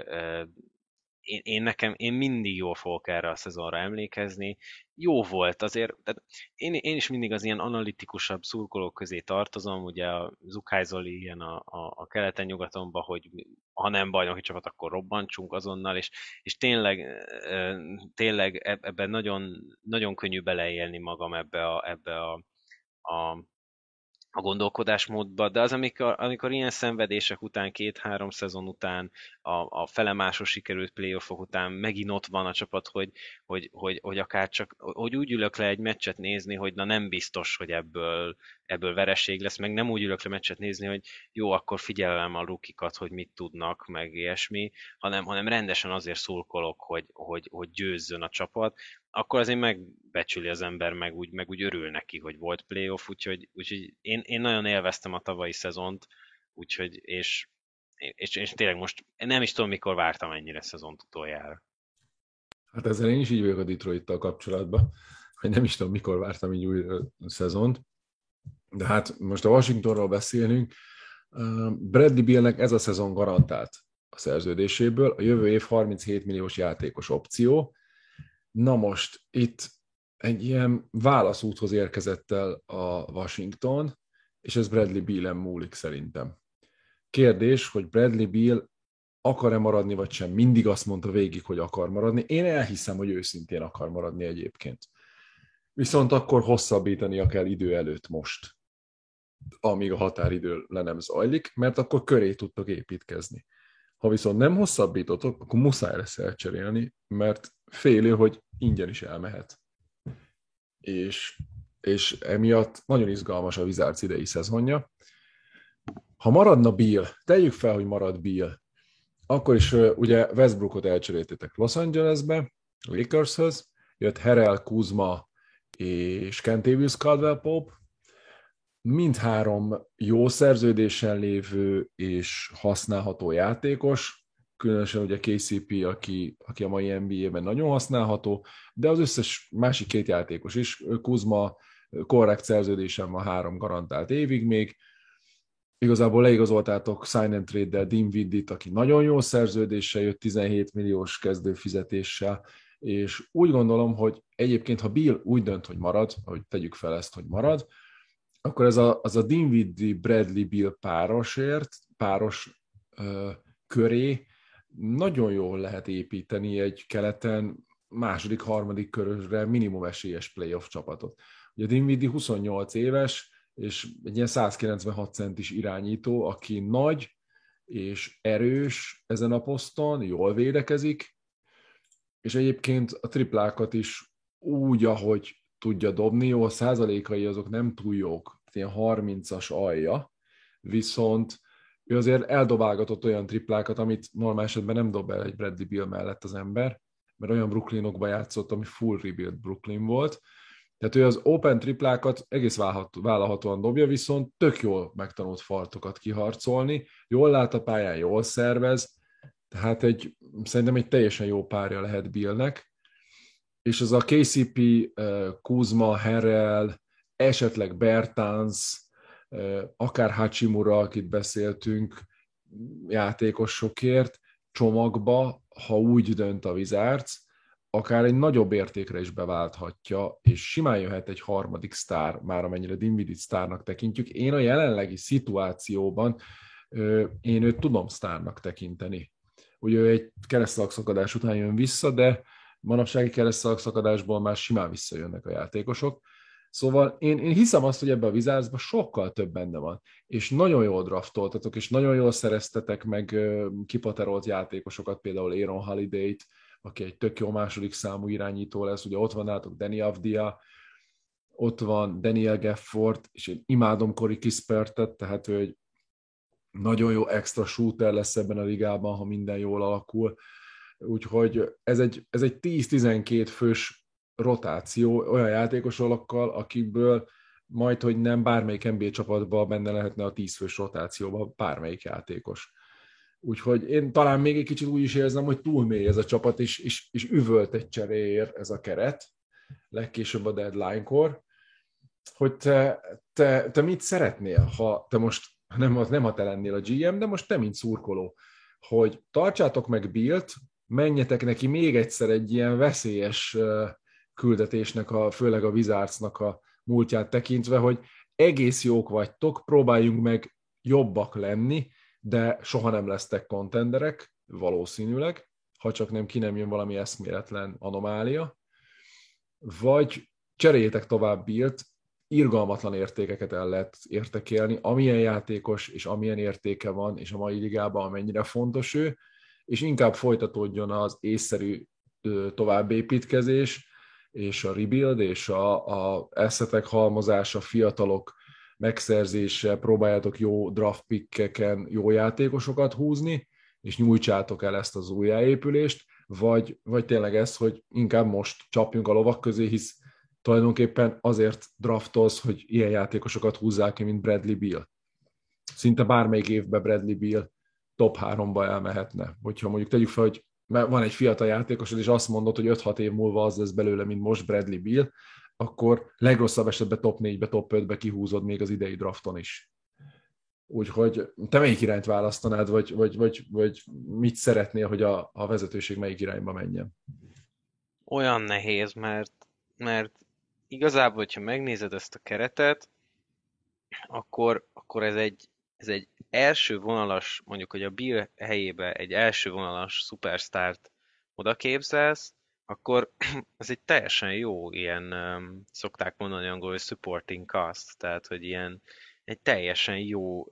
én mindig jól fogok erre a szezonra emlékezni. Jó volt azért, tehát én is mindig az ilyen analitikusabb szurkolók közé tartozom, ugye a Zukhaj Zoli ilyen a keleten-nyugatonban, hogy ha nem bajnoki csapat, akkor robbantsunk azonnal, és tényleg ebben nagyon, nagyon könnyű beleélni magam ebbe a a gondolkodásmódba, de az, amikor ilyen szenvedések után, 2-3 szezon után, a felemásos sikerült playoffok után megint ott van a csapat, hogy akár csak, hogy úgy ülök le egy meccset nézni, hogy na nem biztos, hogy ebből vereség lesz, meg nem úgy ülök le meccset nézni, hogy jó, akkor figyelem a rukikat, hogy mit tudnak, meg ilyesmi, hanem rendesen azért szurkolok, hogy győzzön a csapat, akkor azért megbecsüli az ember, meg úgy örül neki, hogy volt playoff, úgyhogy én nagyon élveztem a tavalyi szezont, és tényleg most nem is tudom, mikor vártam ennyire szezont utoljára. Hát ezzel én is így vagyok a Detroit-tal kapcsolatban, hogy nem is tudom, mikor vártam így új szezont, de hát most a Washingtonról beszélünk. Bradley Bealnek ez a szezon garantált a szerződéséből, a jövő év 37 milliós játékos opció. Na most itt egy ilyen válaszúthoz érkezett el a Washington, és ez Bradley Bealen múlik szerintem. Kérdés, hogy Bradley Beal akar-e maradni, vagy sem. Mindig azt mondta végig, hogy akar maradni. Én elhiszem, hogy őszintén akar maradni egyébként. Viszont akkor hosszabbítania kell idő előtt most, amíg a határidő le nem zajlik, mert akkor köré tudtok építkezni. Ha viszont nem hosszabbítotok, akkor muszáj lesz elcserélni, mert félő, hogy ingyen is elmehet. És emiatt nagyon izgalmas a Wizards idei szezonja. Ha maradna Beal, tegyük fel, hogy marad Beal, akkor is ugye Westbrookot elcseréltétek Los Angelesbe, Lakershöz, jött Harrell, Kuzma és Kentavious Caldwell-Pope, mindhárom jó szerződésen lévő és használható játékos, különösen ugye KCP, aki a mai NBA-ben nagyon használható, de az összes másik két játékos is, Kuzma korrekt szerződésen van 3 garantált évig még, igazából leigazoltátok sign and trade-del Dinwiddie-t, aki nagyon jó szerződéssel jött 17 milliós kezdőfizetéssel, és úgy gondolom, hogy egyébként, ha Beal úgy dönt, hogy marad, ahogy tegyük fel ezt, hogy marad, akkor az a Dinwiddie-Bradley-Beal páros köré nagyon jól lehet építeni egy keleten második, harmadik körösre minimum esélyes playoff csapatot. Ugye Dinwiddie 28 éves, és egy ilyen 196 centis irányító, aki nagy és erős ezen a poszton, jól védekezik, és egyébként a triplákat is úgy, ahogy tudja dobni, jó, a százalékai azok nem túl jók, ilyen 30-as alja, viszont ő azért eldobálgatott olyan triplákat, amit normál esetben nem dob el egy Bradley Beal mellett az ember, mert olyan Brooklynokba játszott, ami full rebuild Brooklyn volt. Tehát ő az open triplákat egész vállalhatóan dobja, viszont tök jól megtanult faltokat kiharcolni, jól lát a pályán, jól szervez, tehát szerintem egy teljesen jó párja lehet Bealnek, és az a KCP, Kuzma, Harrell, esetleg Bertans, akár Hachimura, akit beszéltünk, játékosokért csomagba, ha úgy dönt a Wizards, akár egy nagyobb értékre is beválthatja, és simán jöhet egy harmadik sztár, már amennyire Dinwiddie sztárnak tekintjük. Én a jelenlegi szituációban én őt tudom sztárnak tekinteni. Ugye ő egy keresztszalagszakadás után jön vissza, de manapsági keresztszalagszakadásból már simán visszajönnek a játékosok. Szóval én hiszem azt, hogy ebben a Wizardsban sokkal több benne van, és nagyon jól draftoltatok, és nagyon jól szereztetek meg kipaterolt játékosokat, például Aaron Holiday-t, aki egy tök jó második számú irányító lesz, ugye ott van nálatok Deni Avdija, ott van Daniel Gafford, és én imádom Corey Kispertet, tehát ő egy nagyon jó extra shooter lesz ebben a ligában, ha minden jól alakul. Úgyhogy ez egy 10-12 fős rotáció olyan játékosokkal, akikből majd, hogy nem bármelyik NBA csapatban benne lehetne a 10 fős rotációban bármelyik játékos. Úgyhogy én talán még egy kicsit úgy is érzem, hogy túl mély ez a csapat, és üvölt egy cseréért ez a keret, legkésőbb a deadline-kor, hogy te mit szeretnél, ha te most, nem ha te lennél a GM, de most te, mint szurkoló, hogy tartsátok meg Bealt, menjetek neki még egyszer egy ilyen veszélyes küldetésnek, főleg a Wizardsnak a múltját tekintve, hogy egész jók vagytok, próbáljunk meg jobbak lenni, de soha nem lesztek kontenderek, valószínűleg, ha csak nem jön valami eszméletlen anomália, vagy cseréljétek tovább Bealt, irgalmatlan értékeket el lehet értékelni, amilyen játékos és amilyen értéke van, és a mai ligában amennyire fontos ő, és inkább folytatódjon az észszerű továbbépítkezés, és a rebuild, és a asszetek halmozása, fiatalok megszerzése, próbáljátok jó draft pickeken jó játékosokat húzni, és nyújtsátok el ezt az újjáépülést, vagy tényleg ez, hogy inkább most csapjunk a lovak közé, hisz tulajdonképpen azért draftolsz, hogy ilyen játékosokat húzzál ki, mint Bradley Beal. Szinte bármelyik évben Bradley Beal top 3-ba elmehetne. Hogyha mondjuk tegyük fel, hogy van egy fiatal játékosod, és azt mondod, hogy 5-6 év múlva az lesz belőle, mint most Bradley Beal, akkor legrosszabb esetben top 4-be, top 5-be kihúzod még az idei drafton is. Úgyhogy te melyik irányt választanád, vagy mit szeretnél, hogy a vezetőség melyik irányba menjen? Olyan nehéz, mert igazából, hogyha megnézed ezt a keretet, akkor ez egy első vonalas, mondjuk, hogy a Bill helyébe egy első vonalas szupersztárt oda képzelsz, akkor ez egy teljesen jó ilyen, szokták mondani angolul, hogy supporting cast, tehát, hogy ilyen egy teljesen jó,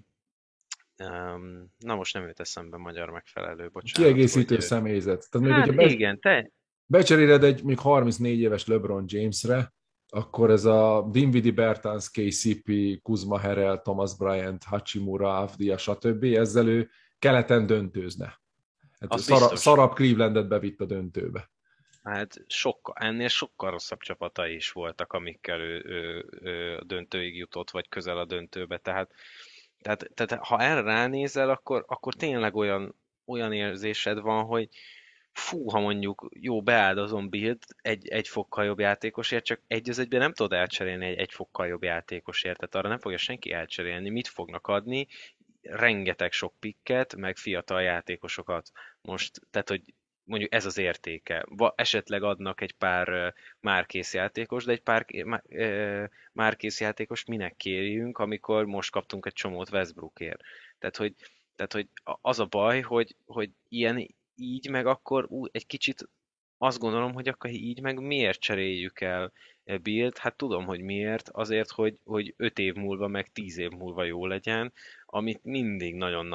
na most nem jut eszembe magyar megfelelő, bocsánat, Kiegészítő hogy személyzet. Tehát még, hát hogyha igen, becseréled egy még 34 éves LeBron Jamesre, akkor ez a Dinwiddie, Bertans, KCP, Kuzma, Harrell, Thomas Bryant, Hachimura, Avdia, stb. Ezzel ő keleten döntőzne. Hát az biztos. szarabb Clevelandet bevitt a döntőbe. Hát ennél sokkal rosszabb csapatai is voltak, amikkel ő a döntőig jutott, vagy közel a döntőbe. Tehát ha erre ránézel, akkor tényleg olyan érzésed van, hogy fú, ha mondjuk jó, beáldozom Billt egy fokkal jobb játékosért, csak egy az egyben nem tudod elcserélni egy fokkal jobb játékosért, tehát arra nem fogja senki elcserélni. Mit fognak adni? Rengeteg sok pikket, meg fiatal játékosokat. Most, tehát, hogy mondjuk ez az értéke. Esetleg adnak egy pár márkész játékos, de egy pár márkész játékos minek kérjünk, amikor most kaptunk egy csomót Westbrookért. Tehát, hogy, tehát, hogy az a baj, hogy ilyen így meg akkor egy kicsit azt gondolom, hogy akkor így meg miért cseréljük el Billt? Hát tudom, hogy miért. Azért, hogy 5 év múlva, meg 10 év múlva jó legyen, amit mindig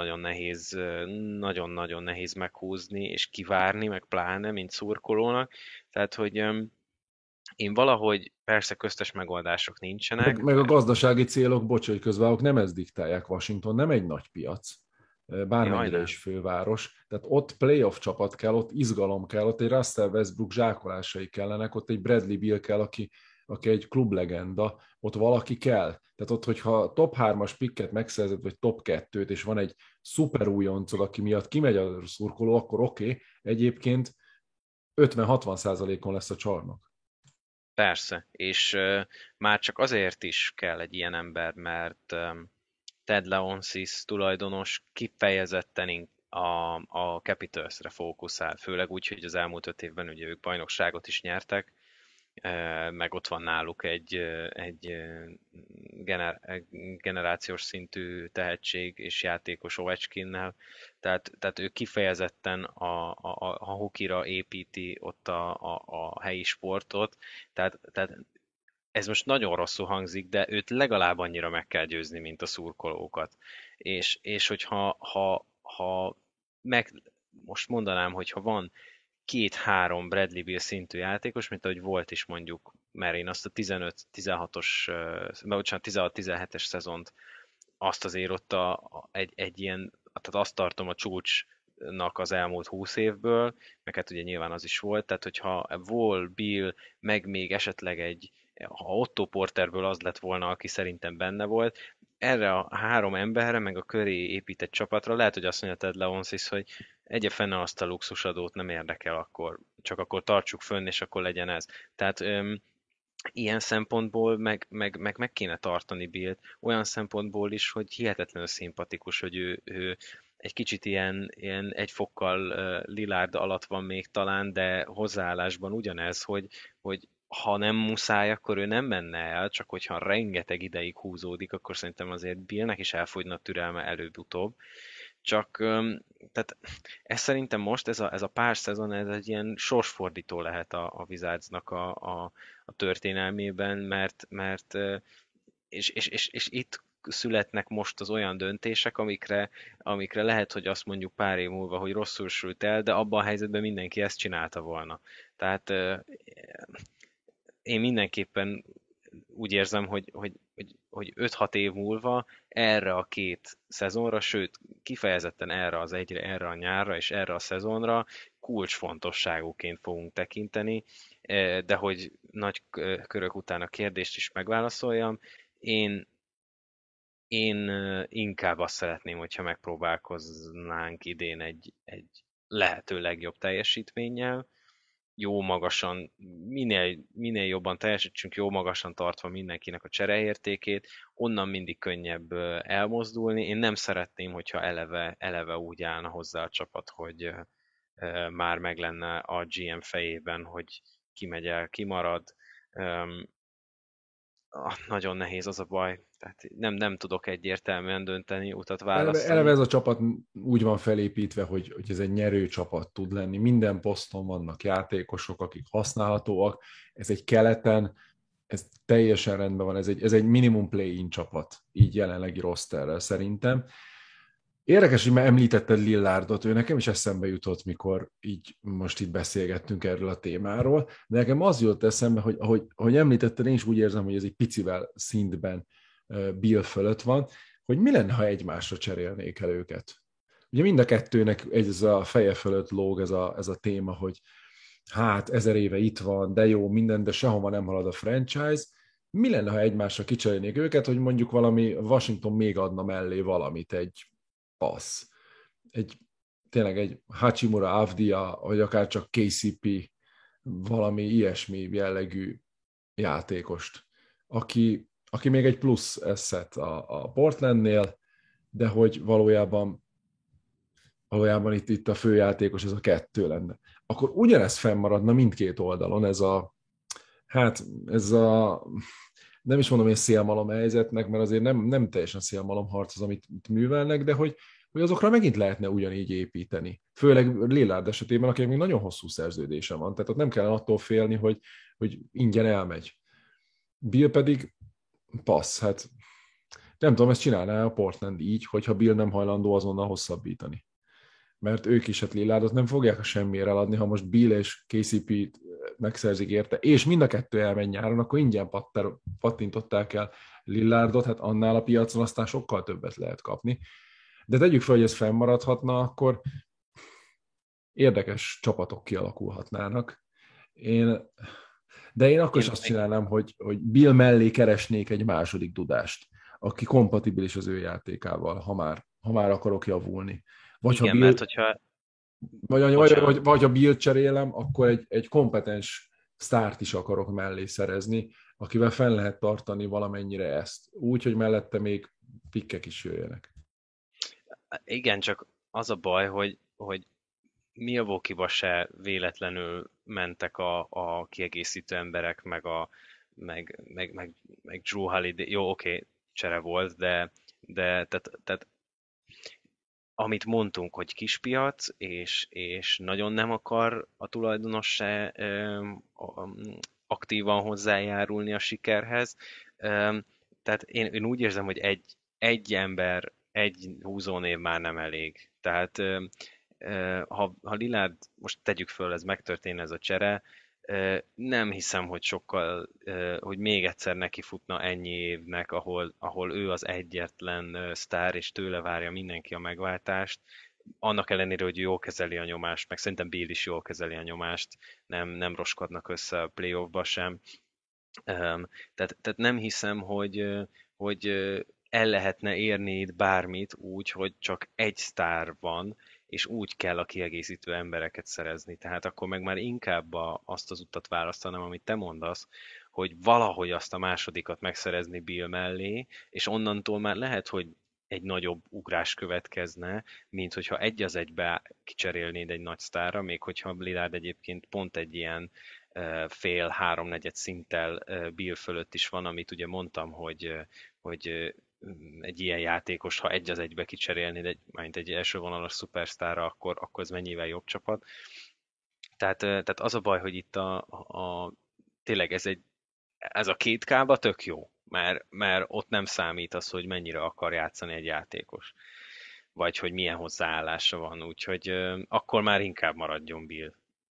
nagyon-nagyon nehéz meghúzni, és kivárni, meg pláne, mint szurkolónak. Tehát, hogy én valahogy, persze köztes megoldások nincsenek. Meg a gazdasági célok, bocs, hogy közvállók, nem ezt diktálják. Washington nem egy nagy piac, Jaj, bármennyire nem. is főváros. Tehát ott playoff csapat kell, ott izgalom kell, ott egy Russell Westbrook zsákolásai kellenek, ott egy Bradley Beal kell, aki egy klublegenda, ott valaki kell. Tehát ott, hogyha top 3-as pikket megszerzed, vagy top 2-t, és van egy szuper újoncod, aki miatt kimegy a szurkoló, akkor oké. Egyébként 50-60%-on lesz a csarnok. Persze, és már csak azért is kell egy ilyen ember, mert Ted Leonsis tulajdonos kifejezetten a Capitalsre fókuszál, főleg úgy, hogy az elmúlt 5 évben ugye ők bajnokságot is nyertek, meg ott van náluk egy generációs szintű tehetség és játékos Ovechkinnel, tehát ő kifejezetten a hokira építi ott a helyi sportot, tehát ez most nagyon rosszul hangzik, de őt legalább annyira meg kell győzni, mint a szurkolókat. És hogyha ha meg, most mondanám, hogy ha van 2-3 Bradley Beal szintű játékos, mint ahogy volt is mondjuk, mert én azt a 15-16-os, bocsánat, 16-17-es szezont azt azért ott egy ilyen, tehát azt tartom a csúcsnak az elmúlt 20 évből, meg hát ugye nyilván az is volt, tehát hogyha Wall, Bill, meg még esetleg ha Otto Porterből az lett volna, aki szerintem benne volt, erre a 3 emberre, meg a köré épített csapatra lehet, hogy azt mondja Ted Leonsis, hogy egye fenne azt a luxusadót, nem érdekel akkor, csak akkor tartsuk fönn, és akkor legyen ez. Tehát ilyen szempontból meg kéne tartani Billt, olyan szempontból is, hogy hihetetlenül szimpatikus, hogy ő egy kicsit ilyen egy fokkal Lillard alatt van még talán, de hozzáállásban ugyanez, hogy ha nem muszáj, akkor ő nem menne el, csak hogyha rengeteg ideig húzódik, akkor szerintem azért Billnek is elfogyna a türelme előbb-utóbb. Csak tehát ez szerintem most, ez a pár szezon, ez egy ilyen sorsfordító lehet a Wizardsnak a történelmében, mert és itt születnek most az olyan döntések, amikre lehet, hogy azt mondjuk pár év múlva, hogy rosszul sült el, de abban a helyzetben mindenki ezt csinálta volna. Tehát én mindenképpen úgy érzem, hogy 5-6 év múlva erre a 2 szezonra, sőt, kifejezetten erre a nyárra és erre a szezonra kulcsfontosságúként fogunk tekinteni, de hogy nagy körök után a kérdést is megválaszoljam, én, én inkább azt szeretném, hogyha megpróbálkoznánk idén egy lehető legjobb teljesítménnyel, jó magasan, minél jobban teljesítsünk, jó magasan tartva mindenkinek a csereértékét, onnan mindig könnyebb elmozdulni. Én nem szeretném, hogyha eleve úgy állna hozzá a csapat, hogy már meg lenne a GM fejében, hogy ki megy el, ki marad. nagyon nehéz az a baj. Tehát nem tudok egyértelműen dönteni, utat Eleve választani. ez a csapat úgy van felépítve, hogy ez egy nyerő csapat tud lenni. Minden poszton vannak játékosok, akik használhatóak. Ez egy keleten, ez teljesen rendben van. Ez egy minimum play-in csapat, így jelenlegi rosterrel szerintem. Érdekes, hogy már említetted Lillardot, ő nekem is eszembe jutott, mikor így most itt beszélgettünk erről a témáról, de nekem az jutott eszembe, hogy ahogy említetted, én is úgy érzem, hogy ez egy picivel szintben Bill fölött van, hogy mi lenne, ha egymásra cserélnék el őket. Ugye mind a kettőnek ez a feje fölött lóg ez a téma, hogy hát 1000 éve itt van, de jó, minden, de sehova nem halad a franchise. Mi lenne, ha egymásra kicserélnék őket, hogy mondjuk valami Washington még adna mellé valamit, egy passz. Tényleg egy Hachimura Avdia, vagy akár csak KCP, valami ilyesmi jellegű játékost, aki még egy plusz asset a Portlandnél, de hogy valójában itt a főjátékos ez a kettő lenne. Akkor ugyanezt fennmaradna mindkét oldalon, ez a nem is mondom, hogy szélmalom helyzetnek, mert azért nem teljesen szélmalom harc az, amit művelnek, de hogy azokra megint lehetne ugyanígy építeni. Főleg Lillard esetében, akinek még nagyon hosszú szerződése van, tehát ott nem kellene attól félni, hogy ingyen elmegy. Bill pedig passz, hát nem tudom, ezt csinálná a Portland így, hogyha Bill nem hajlandó azonnal hosszabbítani. Mert ők is, hát Lillardot nem fogják a semmiért eladni, ha most Bill és KCP-t megszerzik érte, és mind a kettő elmegy nyáron, akkor ingyen pattintották el Lillardot, hát annál a piacon aztán sokkal többet lehet kapni. De tegyük fel, hogy ez fennmaradhatna, akkor érdekes csapatok kialakulhatnának. De én akkor is azt csinálnám, hogy Bill mellé keresnék egy második Dudást, aki kompatibilis az ő játékával, ha már akarok javulni. Vagy Igen, ha Bill, mert hogyha... vagy ha Bill cserélem, akkor egy kompetens sztárt is akarok mellé szerezni, akivel fenn lehet tartani valamennyire ezt. Úgy, hogy mellette még pikkek is jöjjenek. Igen, csak az a baj, hogy Milwaukee-ba se véletlenül mentek a kiegészítő emberek, meg Drew Holiday. Jó, oké, csere volt, de tehát amit mondtunk, hogy kispiac, és nagyon nem akar a tulajdonos se aktívan hozzájárulni a sikerhez. Tehát én úgy érzem, hogy egy ember, egy húzónév már nem elég. Tehát ha Lillard, most tegyük föl, ez megtörténne ez a csere, nem hiszem, hogy sokkal, hogy még egyszer nekifutna ennyi évnek, ahol ő az egyetlen sztár, és tőle várja mindenki a megváltást, annak ellenére, hogy jól kezeli a nyomást, meg szerintem Bill is jól kezeli a nyomást, nem roskadnak össze a playoffba sem. Tehát nem hiszem, hogy el lehetne érni itt bármit úgy, hogy csak egy sztár van, és úgy kell a kiegészítő embereket szerezni. Tehát akkor meg már inkább azt az utat választanám, amit te mondasz, hogy valahogy azt a másodikat megszerezni Bill mellé, és onnantól már lehet, hogy egy nagyobb ugrás következne, mint hogyha egy az egybe kicserélnéd egy nagy sztárra, még hogyha Lillard egyébként pont egy ilyen fél, háromnegyed szinttel Bill fölött is van, amit ugye mondtam, hogy egy ilyen játékos, ha egy az egybe kicserélnéd egy első vonalas szupersztárra, akkor ez mennyivel jobb csapat. Tehát az a baj, hogy itt tényleg ez a két kába tök jó, mert ott nem számít az, hogy mennyire akar játszani egy játékos, vagy hogy milyen hozzáállása van, úgyhogy akkor már inkább maradjon Bill.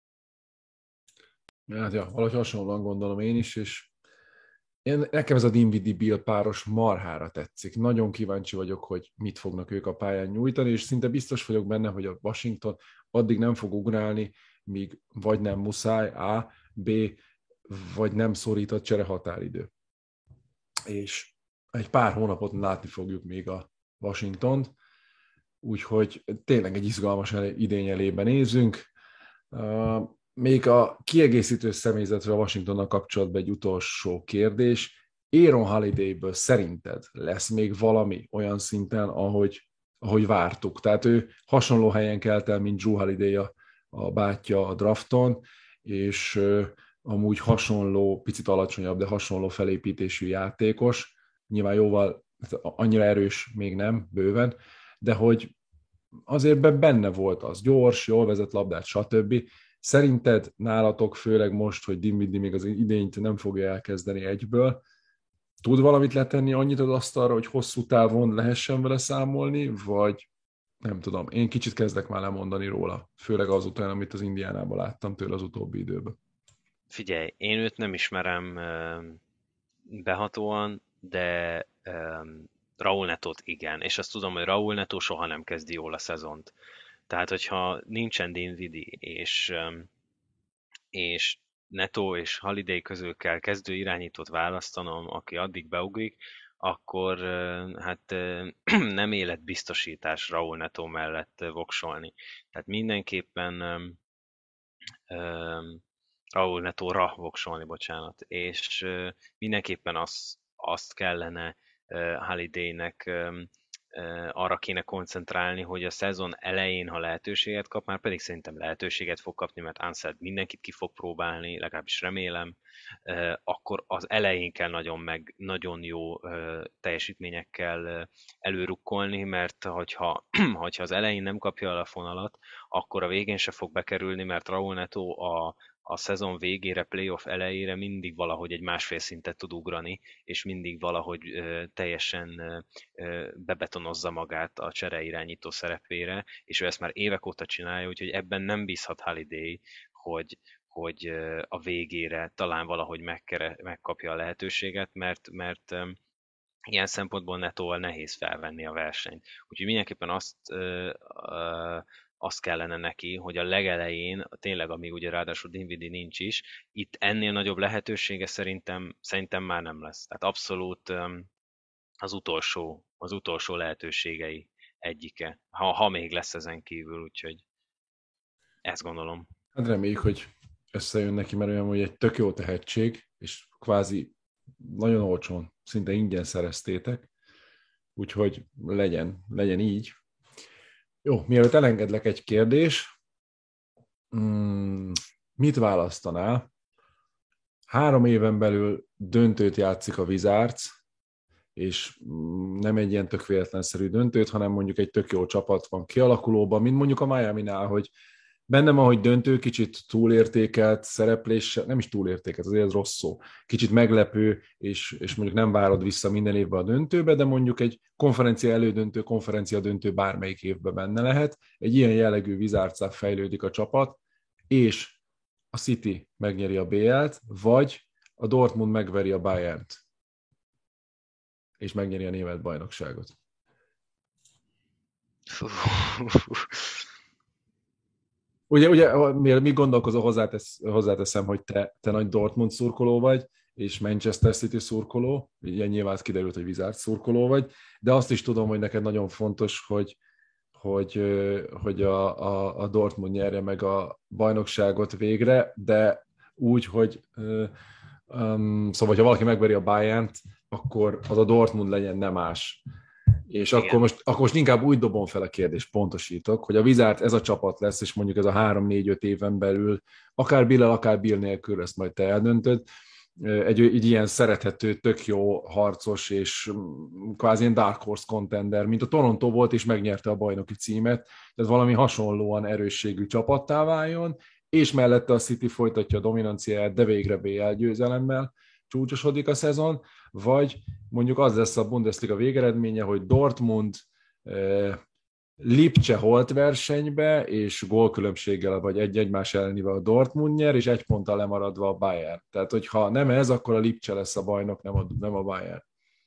Hát ja, valahogy hasonlóan gondolom én is, és nekem ez a Dinwiddie-Bill páros marhára tetszik. Nagyon kíváncsi vagyok, hogy mit fognak ők a pályán nyújtani, és szinte biztos vagyok benne, hogy a Washington addig nem fog ugrálni, míg vagy nem muszáj, A, B, vagy nem szorít a csere határidő. És egy pár hónapot látni fogjuk még a Washingtont, úgyhogy tényleg egy izgalmas idény elébe nézünk. Még a kiegészítő személyzetről a Washingtonnal kapcsolatban egy utolsó kérdés. Aaron Holidayből szerinted lesz még valami olyan szinten, ahogy vártuk? Tehát ő hasonló helyen kelt el, mint Drew Holiday a bátyja a drafton, és amúgy hasonló, picit alacsonyabb, de hasonló felépítésű játékos, nyilván jóval, annyira erős még nem, bőven, de hogy azért benne volt az gyors, jól vezet labdát, stb. Szerinted nálatok, főleg most, hogy Dinwiddie még az idényt nem fogja elkezdeni egyből, tud valamit letenni annyit az asztalra, hogy hosszú távon lehessen vele számolni, vagy nem tudom, én kicsit kezdek már lemondani róla, főleg azután, amit az Indiánában láttam tőle az utóbbi időben. Figyelj, én őt nem ismerem behatóan, de Raúl Netót igen, és azt tudom, hogy Raúl Netó soha nem kezdi jól a szezont. Tehát, hogyha nincsen Dinwiddie, és Neto és Holiday közül kell kezdő irányítót választanom, aki addig beugrik, akkor hát nem életbiztosítás Raúl Neto mellett voksolni. Tehát mindenképpen Raúl Netóra voksolni, bocsánat, és mindenképpen azt kellene Holidaynek arra kéne koncentrálni, hogy a szezon elején, ha lehetőséget kap, már pedig szerintem lehetőséget fog kapni, mert Anseld mindenkit ki fog próbálni, legalábbis remélem, akkor az elején kell nagyon jó teljesítményekkel előrukkolni, mert hogyha az elején nem kapja el a fonalat, akkor a végén se fog bekerülni, mert Raúl Neto a szezon végére, playoff elejére mindig valahogy egy másfél szintet tud ugrani, és mindig valahogy teljesen bebetonozza magát a csereirányító szerepére, és ő ezt már évek óta csinálja, úgyhogy ebben nem bízhat Holiday, hogy a végére talán valahogy megkapja a lehetőséget, mert ilyen szempontból Netóval nehéz felvenni a versenyt. Úgyhogy mindenképpen azt kellene neki, hogy a legelején, tényleg amíg ugye ráadásul Dinwiddie nincs is, itt ennél nagyobb lehetősége szerintem már nem lesz. Tehát abszolút az utolsó lehetőségei egyike, ha még lesz ezen kívül, úgyhogy ezt gondolom. Hát reméljük, hogy összejön neki, mert olyan, hogy egy tök jó tehetség, és kvázi nagyon olcsón, szinte ingyen szereztétek, úgyhogy legyen így. Jó, mielőtt elengedlek egy kérdés, mit választanál? 3 éven belül döntőt játszik a Wizards, és nem egy ilyen tök véletlenszerű döntőt, hanem mondjuk egy tök jó csapat van kialakulóban, mint mondjuk a Miami-nál, hogy bennem, ahogy döntő, kicsit túlértékelt szerepléssel, nem is túlértékelt, azért ez rossz szó, kicsit meglepő, és mondjuk nem várod vissza minden évben a döntőbe, de mondjuk egy konferencia elődöntő, konferencia döntő bármelyik évben benne lehet. Egy ilyen jellegű Wizardsszá fejlődik a csapat, és a City megnyeri a BL-t, vagy a Dortmund megveri a Bayernt, és megnyeri a német bajnokságot. Ugye mi gondolkozol, hozzáteszem, hogy te nagy Dortmund szurkoló vagy, és Manchester City szurkoló, ugye nyilván kiderült, hogy Wizards szurkoló vagy, de azt is tudom, hogy neked nagyon fontos, hogy a Dortmund nyerje meg a bajnokságot végre, de úgy, hogy szóval, ha valaki megveri a Bayernt, akkor az a Dortmund legyen, nem más. És akkor most inkább úgy dobom fel a kérdést, pontosítok, hogy a Wizard ez a csapat lesz, és mondjuk ez a 3-4-5 éven belül, akár Bill-el, akár Bill nélkül, ezt majd te eldöntöd, egy ilyen szerethető, tök jó harcos, és kvázi ilyen Dark Horse contender, mint a Toronto volt, és megnyerte a bajnoki címet, tehát valami hasonlóan erősségű csapattá váljon, és mellette a City folytatja a dominanciáját, de végre BL győzelemmel csúcsosodik a szezon, vagy mondjuk az lesz a Bundesliga végeredménye, hogy Dortmund Lipcse holt versenybe, és gólkülönbséggel vagy egymás ellenivel a Dortmund nyer, és 1 ponttal lemaradva a Bayern. Tehát, hogyha nem ez, akkor a Lipcse lesz a bajnok, nem a Bayern.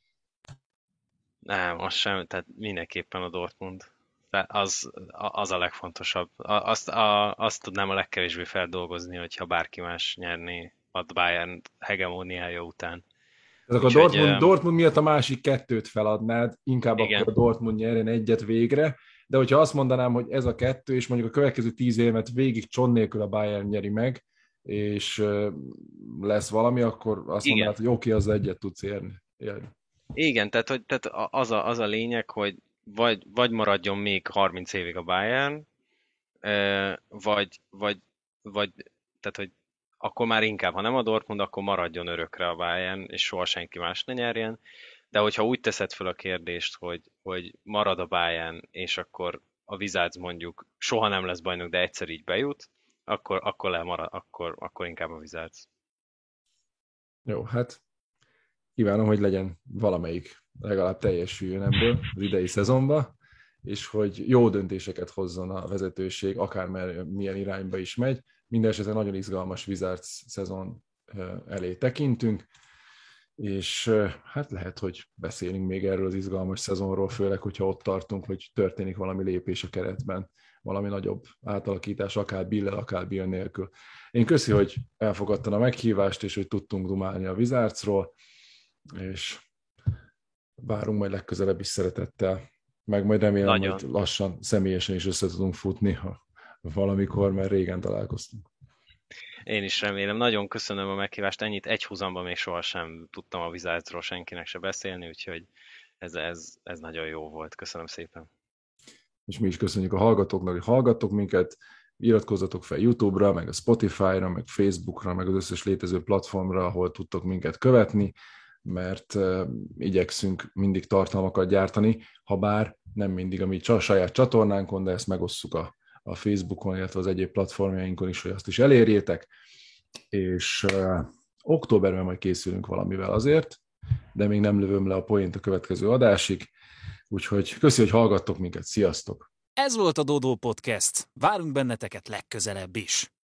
Nem, az sem, tehát mindenképpen a Dortmund. Az a legfontosabb. Azt tudnám a legkevésbé feldolgozni, hogyha bárki más nyerné a Bayern hegemóniája után. Ezek a Dortmund miatt a másik 2 feladnád, inkább igen. Akkor a Dortmund nyerjen 1 végre, de hogyha azt mondanám, hogy ez a 2, és mondjuk a következő 10 évet végig cson nélkül a Bayern nyeri meg, és lesz valami, akkor azt mondanád, hogy oké, az 1 tudsz érni. Igen, tehát az a lényeg, hogy vagy maradjon még 30 évig a Bayern, vagy tehát, hogy akkor már inkább, ha nem a Dortmund, akkor maradjon örökre a Bayern, és soha senki más ne nyerjen. De hogyha úgy teszed fel a kérdést, hogy marad a Bayern, és akkor a Wizards mondjuk soha nem lesz bajnok, de egyszer így bejut, akkor inkább a Wizards. Jó, hát kívánom, hogy legyen valamelyik, legalább teljesüljön ebből az idei szezonba, és hogy jó döntéseket hozzon a vezetőség, akár milyen irányba is megy. Mindenesetre nagyon izgalmas Wizards szezon elé tekintünk, és hát lehet, hogy beszélünk még erről az izgalmas szezonról, főleg, hogyha ott tartunk, hogy történik valami lépés a keretben, valami nagyobb átalakítás, akár Bill-el, akár Bill nélkül. Én köszi, hogy elfogadtad a meghívást, és hogy tudtunk dumálni a Wizardsról, és várunk majd legközelebb is szeretettel, meg majd remélem, Nagyon. hogy lassan személyesen is össze tudunk futni valamikor, mert régen találkoztunk. Én is remélem. Nagyon köszönöm a meghívást. Ennyit egy húzamban még sohasem tudtam a Wizardsról senkinek se beszélni, úgyhogy ez nagyon jó volt. Köszönöm szépen. És mi is köszönjük a hallgatóknak, hogy hallgattok minket, iratkozzatok fel YouTube-ra, meg a Spotify-ra, meg Facebook-ra, meg az összes létező platformra, ahol tudtok minket követni, mert igyekszünk mindig tartalmakat gyártani, ha bár nem mindig a mi saját csatornánkon, de ezt megosszuk a Facebookon, illetve az egyéb platformjainkon is, hogy azt is elérjétek, és októberben majd készülünk valamivel azért, de még nem lövöm le a poént a következő adásig, úgyhogy köszi, hogy hallgattok minket, sziasztok! Ez volt a Dodó Podcast. Várunk benneteket legközelebb is.